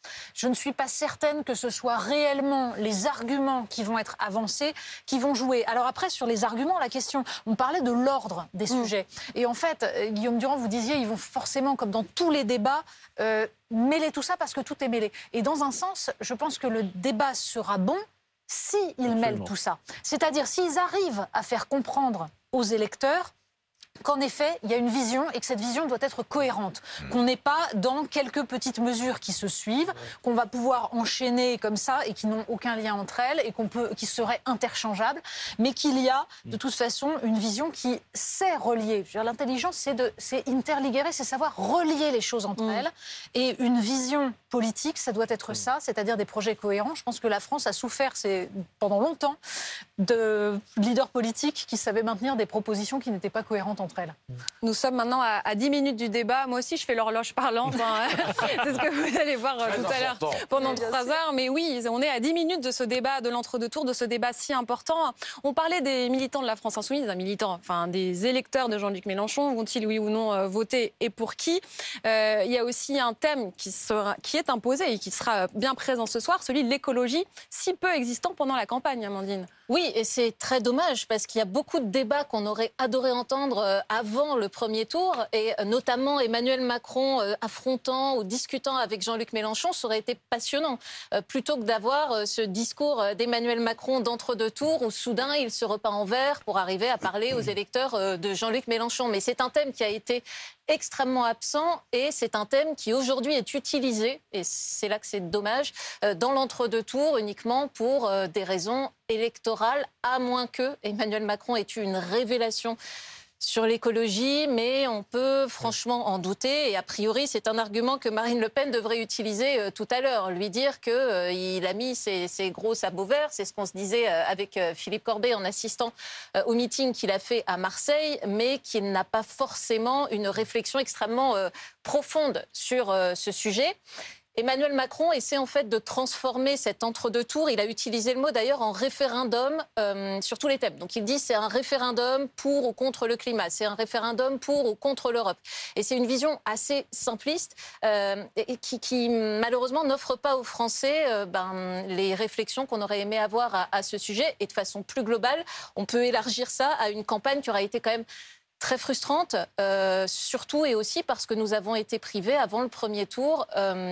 je ne suis pas certaine que ce soit réellement les arguments qui vont être avancés qui vont jouer. Alors après, sur les arguments, la question, on parlait de l'ordre des sujets. Et en fait, Guillaume Durand, vous disiez, ils vont forcément, comme dans tous les débats, mêler tout ça parce que tout est mêlé. Et dans un sens, je pense que le débat sera bon s'ils mêlent tout ça. C'est-à-dire s'ils arrivent à faire comprendre aux électeurs qu'en effet, il y a une vision et que cette vision doit être cohérente. Qu'on n'est pas dans quelques petites mesures qui se suivent, qu'on va pouvoir enchaîner comme ça et qui n'ont aucun lien entre elles et qui seraient interchangeables, mais qu'il y a de toute façon une vision qui sait relier. L'intelligence, c'est interliguer, c'est savoir relier les choses entre elles. Et une vision politique, ça doit être ça, c'est-à-dire des projets cohérents. Je pense que la France a souffert pendant longtemps de leaders politiques qui savaient maintenir des propositions qui n'étaient pas cohérentes entre elles. Nous sommes maintenant à 10 minutes du débat. Moi aussi, je fais l'horloge parlante. C'est ce que vous allez voir tout à l'heure pendant 3 heures. Mais oui, on est à 10 minutes de ce débat, de l'entre-deux-tours, de ce débat si important. On parlait des militants de la France Insoumise, des électeurs de Jean-Luc Mélenchon. Vont-ils, oui ou non, voter et pour qui ? Il y a aussi un thème qui est imposé et qui sera bien présent ce soir, celui de l'écologie, si peu existant pendant la campagne, Amandine. Oui, et c'est très dommage parce qu'il y a beaucoup de débats qu'on aurait adoré entendre avant le premier tour, et notamment Emmanuel Macron affrontant ou discutant avec Jean-Luc Mélenchon, ça aurait été passionnant. Plutôt que d'avoir ce discours d'Emmanuel Macron d'entre-deux tours où soudain il se repeint en vert pour arriver à parler aux électeurs de Jean-Luc Mélenchon. Mais c'est un thème qui a été extrêmement absent et c'est un thème qui aujourd'hui est utilisé, et c'est là que c'est dommage, dans l'entre-deux tours uniquement pour des raisons électorales, à moins que Emmanuel Macron ait eu une révélation sur l'écologie, mais on peut franchement en douter. Et a priori, c'est un argument que Marine Le Pen devrait utiliser tout à l'heure. Lui dire qu'il a mis ses gros sabots verts. C'est ce qu'on se disait avec Philippe Corbet en assistant au meeting qu'il a fait à Marseille, mais qu'il n'a pas forcément une réflexion extrêmement profonde sur ce sujet. Emmanuel Macron essaie en fait de transformer cet entre-deux tours. Il a utilisé le mot d'ailleurs en référendum sur tous les thèmes. Donc il dit c'est un référendum pour ou contre le climat, c'est un référendum pour ou contre l'Europe. Et c'est une vision assez simpliste et qui malheureusement n'offre pas aux Français les réflexions qu'on aurait aimé avoir à ce sujet. Et de façon plus globale, on peut élargir ça à une campagne qui aura été quand même très frustrante, surtout et aussi parce que nous avons été privés avant le premier tour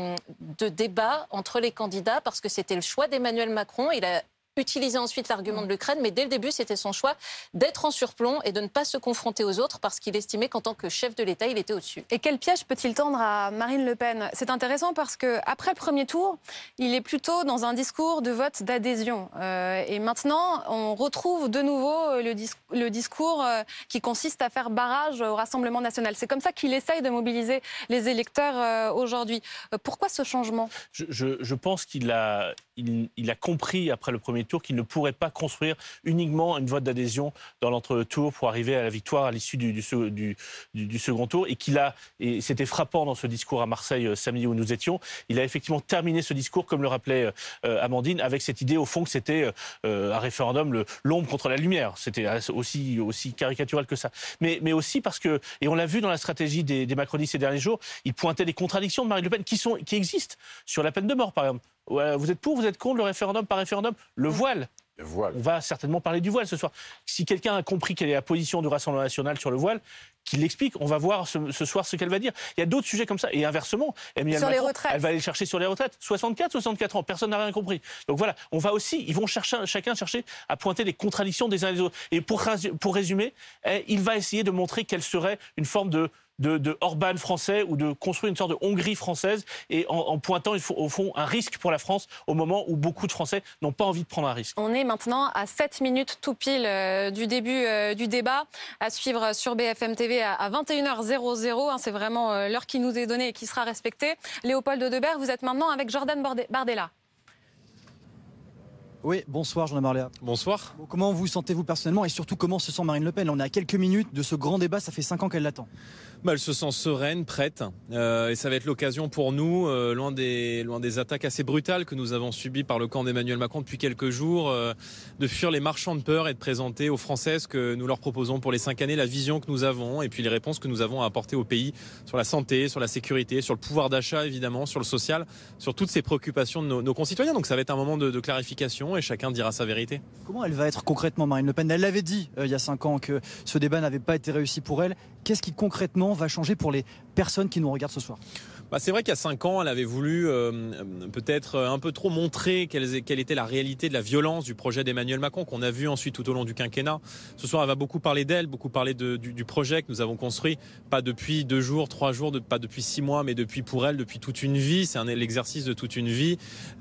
de débat entre les candidats, parce que c'était le choix d'Emmanuel Macron. Il a utilisé ensuite l'argument de l'Ukraine, mais dès le début, c'était son choix d'être en surplomb et de ne pas se confronter aux autres parce qu'il estimait qu'en tant que chef de l'État, il était au-dessus. Et quel piège peut-il tendre à Marine Le Pen ? C'est intéressant parce qu'après le premier tour, il est plutôt dans un discours de vote d'adhésion. Et maintenant, on retrouve de nouveau le discours qui consiste à faire barrage au Rassemblement national. C'est comme ça qu'il essaye de mobiliser les électeurs aujourd'hui. Pourquoi ce changement ? Je pense qu'il a compris après le premier tour qu'il ne pourrait pas construire uniquement une vote d'adhésion dans l'entre-deux-tours pour arriver à la victoire à l'issue du second tour, et c'était frappant dans ce discours à Marseille samedi où nous étions, il a effectivement terminé ce discours, comme le rappelait Amandine, avec cette idée au fond que c'était un référendum, l'ombre contre la lumière. C'était aussi caricatural que ça. Mais aussi parce que, et on l'a vu dans la stratégie des macronistes ces derniers jours, il pointait les contradictions de Marine Le Pen qui existent sur la peine de mort, par exemple. Vous êtes pour, vous êtes contre le référendum, par référendum ? Le voile. On va certainement parler du voile ce soir. Si quelqu'un a compris quelle est la position du Rassemblement national sur le voile, qu'il l'explique. On va voir ce soir ce qu'elle va dire. Il y a d'autres sujets comme ça. Et inversement, Emmanuel Macron, elle va aller chercher sur les retraites. 64 ans, personne n'a rien compris. Donc voilà, ils vont chacun chercher à pointer les contradictions des uns et des autres. Et pour résumer, il va essayer de montrer quelle serait une forme de Orban français ou de construire une sorte de Hongrie française, et en pointant au fond un risque pour la France au moment où beaucoup de Français n'ont pas envie de prendre un risque. On est maintenant à 7 minutes tout pile du début du débat, à suivre sur BFM TV à 21h00. C'est vraiment l'heure qui nous est donnée et qui sera respectée. Léopold Debert, vous êtes maintenant avec Jordan Bardella. Oui, bonsoir Jean-Marc Marléa. Bonsoir. Comment vous sentez-vous personnellement, et surtout comment se sent Marine Le Pen ? On est à quelques minutes de ce grand débat, ça fait 5 ans qu'elle l'attend. Elle se sent sereine, prête, et ça va être l'occasion pour nous, loin des attaques assez brutales que nous avons subies par le camp d'Emmanuel Macron depuis quelques jours, de fuir les marchands de peur et de présenter aux Français ce que nous leur proposons pour les 5 années, la vision que nous avons et puis les réponses que nous avons à apporter au pays sur la santé, sur la sécurité, sur le pouvoir d'achat évidemment, sur le social, sur toutes ces préoccupations de nos concitoyens. Donc ça va être un moment de clarification et chacun dira sa vérité. Comment elle va être concrètement, Marine Le Pen? Elle l'avait dit il y a 5 ans que ce débat n'avait pas été réussi pour elle. Qu'est-ce qui concrètement va changer pour les personnes qui nous regardent ce soir? C'est vrai qu'il y a 5 ans, elle avait voulu peut-être un peu trop montrer quelle était la réalité de la violence du projet d'Emmanuel Macron, qu'on a vu ensuite tout au long du quinquennat. Ce soir, elle va beaucoup parler d'elle, beaucoup parler du projet que nous avons construit, pas depuis 2 jours, 3 jours, pas depuis 6 mois, mais depuis pour elle, depuis toute une vie. C'est l'exercice de toute une vie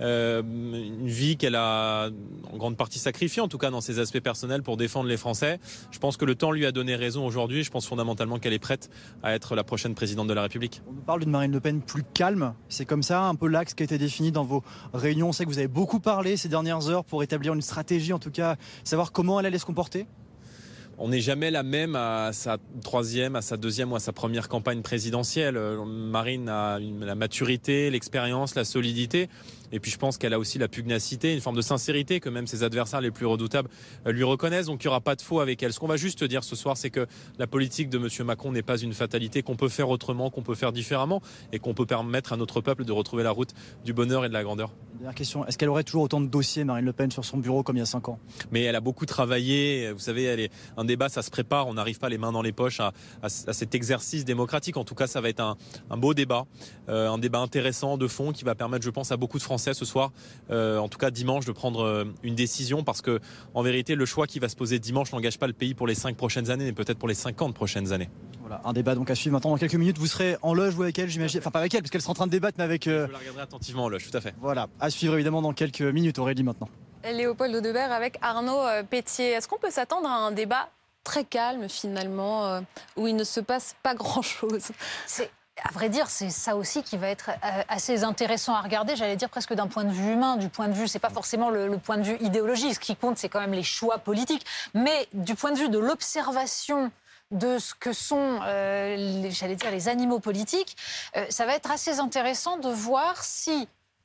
qu'elle a en grande partie sacrifiée, en tout cas dans ses aspects personnels, pour défendre les Français. Je pense que le temps lui a donné raison aujourd'hui. Je pense fondamentalement qu'elle est prête à être la prochaine présidente de la République. On nous parle d'une Marine Le Pen plus calme, c'est comme ça un peu l'axe qui a été défini dans vos réunions. On sait que vous avez beaucoup parlé ces dernières heures pour établir une stratégie, en tout cas savoir comment elle allait se comporter. On n'est jamais la même à sa 3e, à sa 2e ou à sa première campagne présidentielle. Marine a la maturité, l'expérience, la solidité. Et puis je pense qu'elle a aussi la pugnacité, une forme de sincérité que même ses adversaires les plus redoutables lui reconnaissent. Donc il n'y aura pas de faux avec elle. Ce qu'on va juste dire ce soir, c'est que la politique de M. Macron n'est pas une fatalité, qu'on peut faire autrement, qu'on peut faire différemment et qu'on peut permettre à notre peuple de retrouver la route du bonheur et de la grandeur. Dernière question, est-ce qu'elle aurait toujours autant de dossiers, Marine Le Pen, sur son bureau comme il y a 5 ans? Mais elle a beaucoup travaillé. Vous savez, un débat, ça se prépare. On n'arrive pas les mains dans les poches à cet exercice démocratique. En tout cas, ça va être un beau débat, un débat intéressant de fond qui va permettre, je pense, à beaucoup de Français ce soir, en tout cas dimanche, de prendre une décision, parce que en vérité le choix qui va se poser dimanche n'engage pas le pays pour les 5 prochaines années, mais peut-être pour les 50 prochaines années. Voilà, un débat donc à suivre maintenant dans quelques minutes. Vous serez en loge ou avec elle, j'imagine? Enfin pas avec elle, parce qu'elle sera en train de débattre, mais avec... Je la regarderai attentivement en loge, tout à fait. Voilà, à suivre évidemment dans quelques minutes. Aurélie maintenant. Léopold Audebert avec Arnaud Pétier. Est-ce qu'on peut s'attendre à un débat très calme finalement, où il ne se passe pas grand-chose? À vrai dire, c'est ça aussi qui va être assez intéressant à regarder, j'allais dire presque d'un point de vue humain, du point de vue, c'est pas forcément le point de vue idéologique, ce qui compte c'est quand même les choix politiques, mais du point de vue de l'observation de ce que sont, j'allais dire, les animaux politiques, ça va être assez intéressant de voir si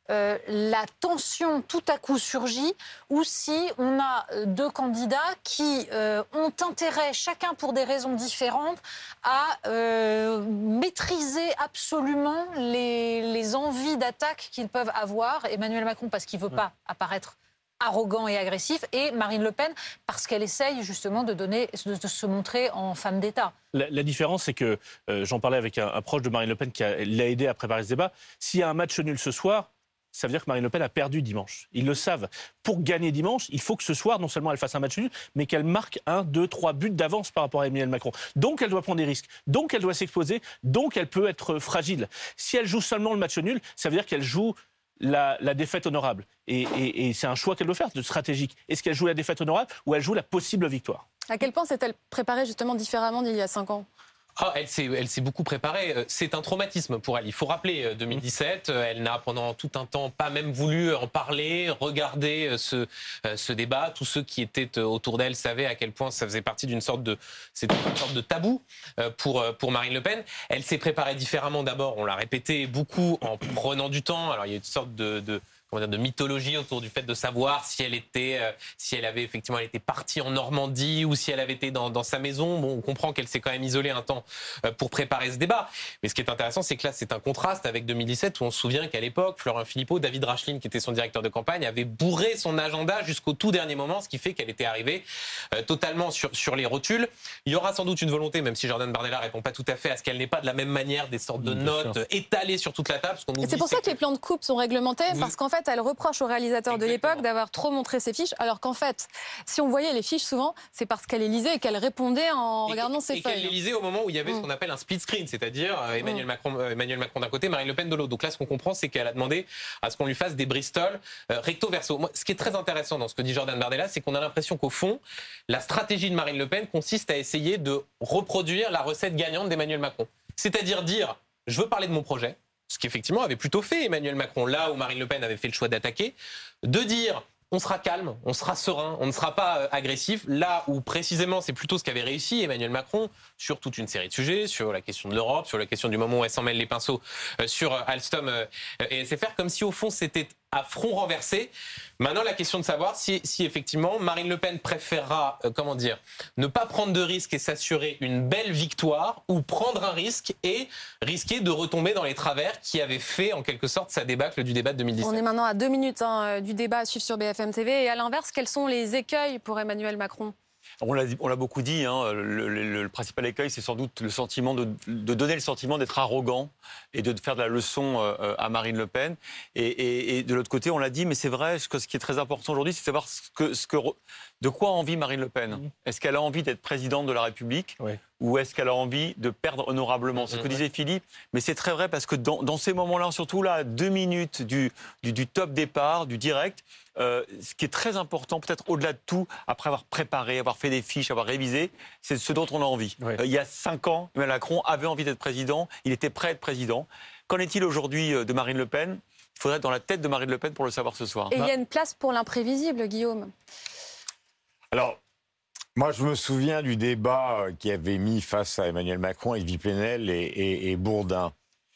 la tension tout à coup surgit ou si on a 2 candidats qui ont intérêt, chacun pour des raisons différentes, à maîtriser absolument les envies d'attaque qu'ils peuvent avoir. Emmanuel Macron parce qu'il ne veut pas apparaître arrogant et agressif, et Marine Le Pen parce qu'elle essaye justement de se montrer en femme d'État. La différence, c'est que, j'en parlais avec un proche de Marine Le Pen qui l'a aidé à préparer ce débat, s'il y a un match nul ce soir, ça veut dire que Marine Le Pen a perdu dimanche. Ils le savent. Pour gagner dimanche, il faut que ce soir, non seulement elle fasse un match nul, mais qu'elle marque 1, 2, 3 buts d'avance par rapport à Emmanuel Macron. Donc elle doit prendre des risques. Donc elle doit s'exposer. Donc elle peut être fragile. Si elle joue seulement le match nul, ça veut dire qu'elle joue la défaite honorable. Et c'est un choix qu'elle doit faire, de stratégique. Est-ce qu'elle joue la défaite honorable ou elle joue la possible victoire? À quel point s'est-elle préparée justement différemment d'il y a 5 ans? Elle s'est beaucoup préparée. C'est un traumatisme pour elle. Il faut rappeler 2017. Elle n'a pendant tout un temps pas même voulu en parler, regarder ce débat. Tous ceux qui étaient autour d'elle savaient à quel point ça faisait partie c'était une sorte de tabou pour Marine Le Pen. Elle s'est préparée différemment. D'abord, on l'a répété beaucoup en prenant du temps. Alors il y a une sorte de mythologie autour du fait de savoir si elle était partie en Normandie ou si elle avait été dans sa maison. Bon, on comprend qu'elle s'est quand même isolée un temps pour préparer ce débat. Mais ce qui est intéressant, c'est que là, c'est un contraste avec 2017 où on se souvient qu'à l'époque, Florent Philippot, David Racheline, qui était son directeur de campagne, avait bourré son agenda jusqu'au tout dernier moment, ce qui fait qu'elle était arrivée totalement sur les rotules. Il y aura sans doute une volonté, même si Jordan Bardella répond pas tout à fait, à ce qu'elle n'ait pas de la même manière des sortes de notes étalées sur toute la table. Et c'est pour ça que les plans de coupe sont réglementés, parce qu'en fait, elle reproche au réalisateur de l'époque d'avoir trop montré ses fiches, alors qu'en fait, si on voyait les fiches souvent, c'est parce qu'elle les lisait et qu'elle répondait en regardant ses feuilles. Et qu'elle les lisait au moment où il y avait ce qu'on appelle un split screen, c'est-à-dire Emmanuel Macron d'un côté, Marine Le Pen de l'autre. Donc là, ce qu'on comprend, c'est qu'elle a demandé à ce qu'on lui fasse des Bristol recto verso. Moi, ce qui est très intéressant dans ce que dit Jordan Bardella, c'est qu'on a l'impression qu'au fond, la stratégie de Marine Le Pen consiste à essayer de reproduire la recette gagnante d'Emmanuel Macron. C'est-à-dire dire, je veux parler de mon projet, ce qu'effectivement avait plutôt fait Emmanuel Macron, là où Marine Le Pen avait fait le choix d'attaquer, de dire on sera calme, on sera serein, on ne sera pas agressif. Là où précisément c'est plutôt ce qu'avait réussi Emmanuel Macron sur toute une série de sujets, sur la question de l'Europe, sur la question du moment où elle s'en mêle les pinceaux, sur Alstom et SFR, comme si au fond c'était à front renversé. Maintenant, la question de savoir si effectivement Marine Le Pen préférera, ne pas prendre de risques et s'assurer une belle victoire, ou prendre un risque et risquer de retomber dans les travers qui avaient fait en quelque sorte sa débâcle du débat de 2017. On est maintenant à 2 minutes du débat à suivre sur BFM TV. Et à l'inverse, quels sont les écueils pour Emmanuel Macron ? On l'a beaucoup dit, le principal écueil, c'est sans doute le sentiment de donner le sentiment d'être arrogant et de faire de la leçon à Marine Le Pen. Et de l'autre côté, on l'a dit, mais c'est vrai, ce qui est très important aujourd'hui, c'est de savoir de quoi a envie Marine Le Pen. Est-ce qu'elle a envie d'être présidente de la République ou est-ce qu'elle a envie de perdre honorablement ? C'est ce que disait Philippe, mais c'est très vrai parce que dans ces moments-là, surtout là, 2 minutes du top départ, du direct, ce qui est très important, peut-être au-delà de tout, après avoir préparé, avoir fait des fiches, avoir révisé, c'est ce dont on a envie. Il y a 5 ans, Emmanuel Macron avait envie d'être président, il était prêt à être président. Qu'en est-il aujourd'hui de Marine Le Pen ? Il faudrait être dans la tête de Marine Le Pen pour le savoir ce soir. Et il y a une place pour l'imprévisible, Guillaume. Alors, moi, je me souviens du débat qui avait mis face à Emmanuel Macron, Edwy Plenel et Bourdin.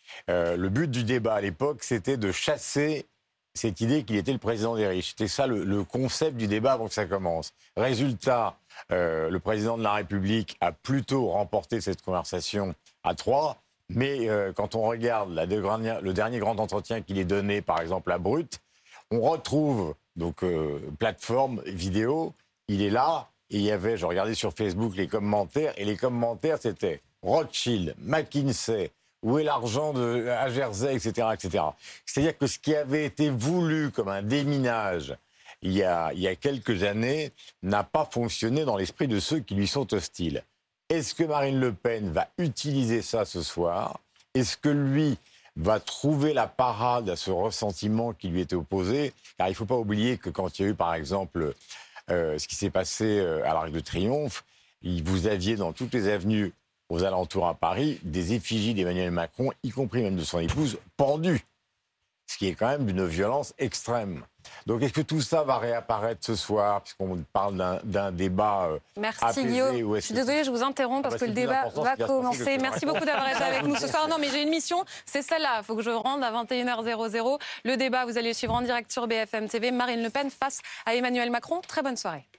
Le but du débat à l'époque, c'était de chasser cette idée qu'il était le président des riches. C'était ça le concept du débat avant que ça commence. Résultat, le président de la République a plutôt remporté cette conversation à 3. Mais quand on regarde le dernier grand entretien qu'il ait donné, par exemple, à Brut, on retrouve donc plateforme vidéo, il est là, et il y avait, je regardais sur Facebook les commentaires, et les commentaires c'était Rothschild, McKinsey, où est l'argent à Jersey, etc., etc. C'est-à-dire que ce qui avait été voulu comme un déminage il y a quelques années n'a pas fonctionné dans l'esprit de ceux qui lui sont hostiles. Est-ce que Marine Le Pen va utiliser ça ce soir ? Est-ce que lui va trouver la parade à ce ressentiment qui lui était opposé ? Car il ne faut pas oublier que quand il y a eu, par exemple, ce qui s'est passé à l'Arc de Triomphe, vous aviez dans toutes les avenues aux alentours à Paris des effigies d'Emmanuel Macron, y compris même de son épouse, pendues. Ce qui est quand même d'une violence extrême. Donc est-ce que tout ça va réapparaître ce soir, puisqu'on parle d'un débat Merci apaisé, Guillaume. Je suis désolée, je vous interromps parce que le débat va commencer. Merci beaucoup d'avoir été avec nous ce soir. Non, mais j'ai une mission, c'est celle-là. Il faut que je rende à 21h00. Le débat, vous allez le suivre en direct sur BFM TV. Marine Le Pen face à Emmanuel Macron. Très bonne soirée.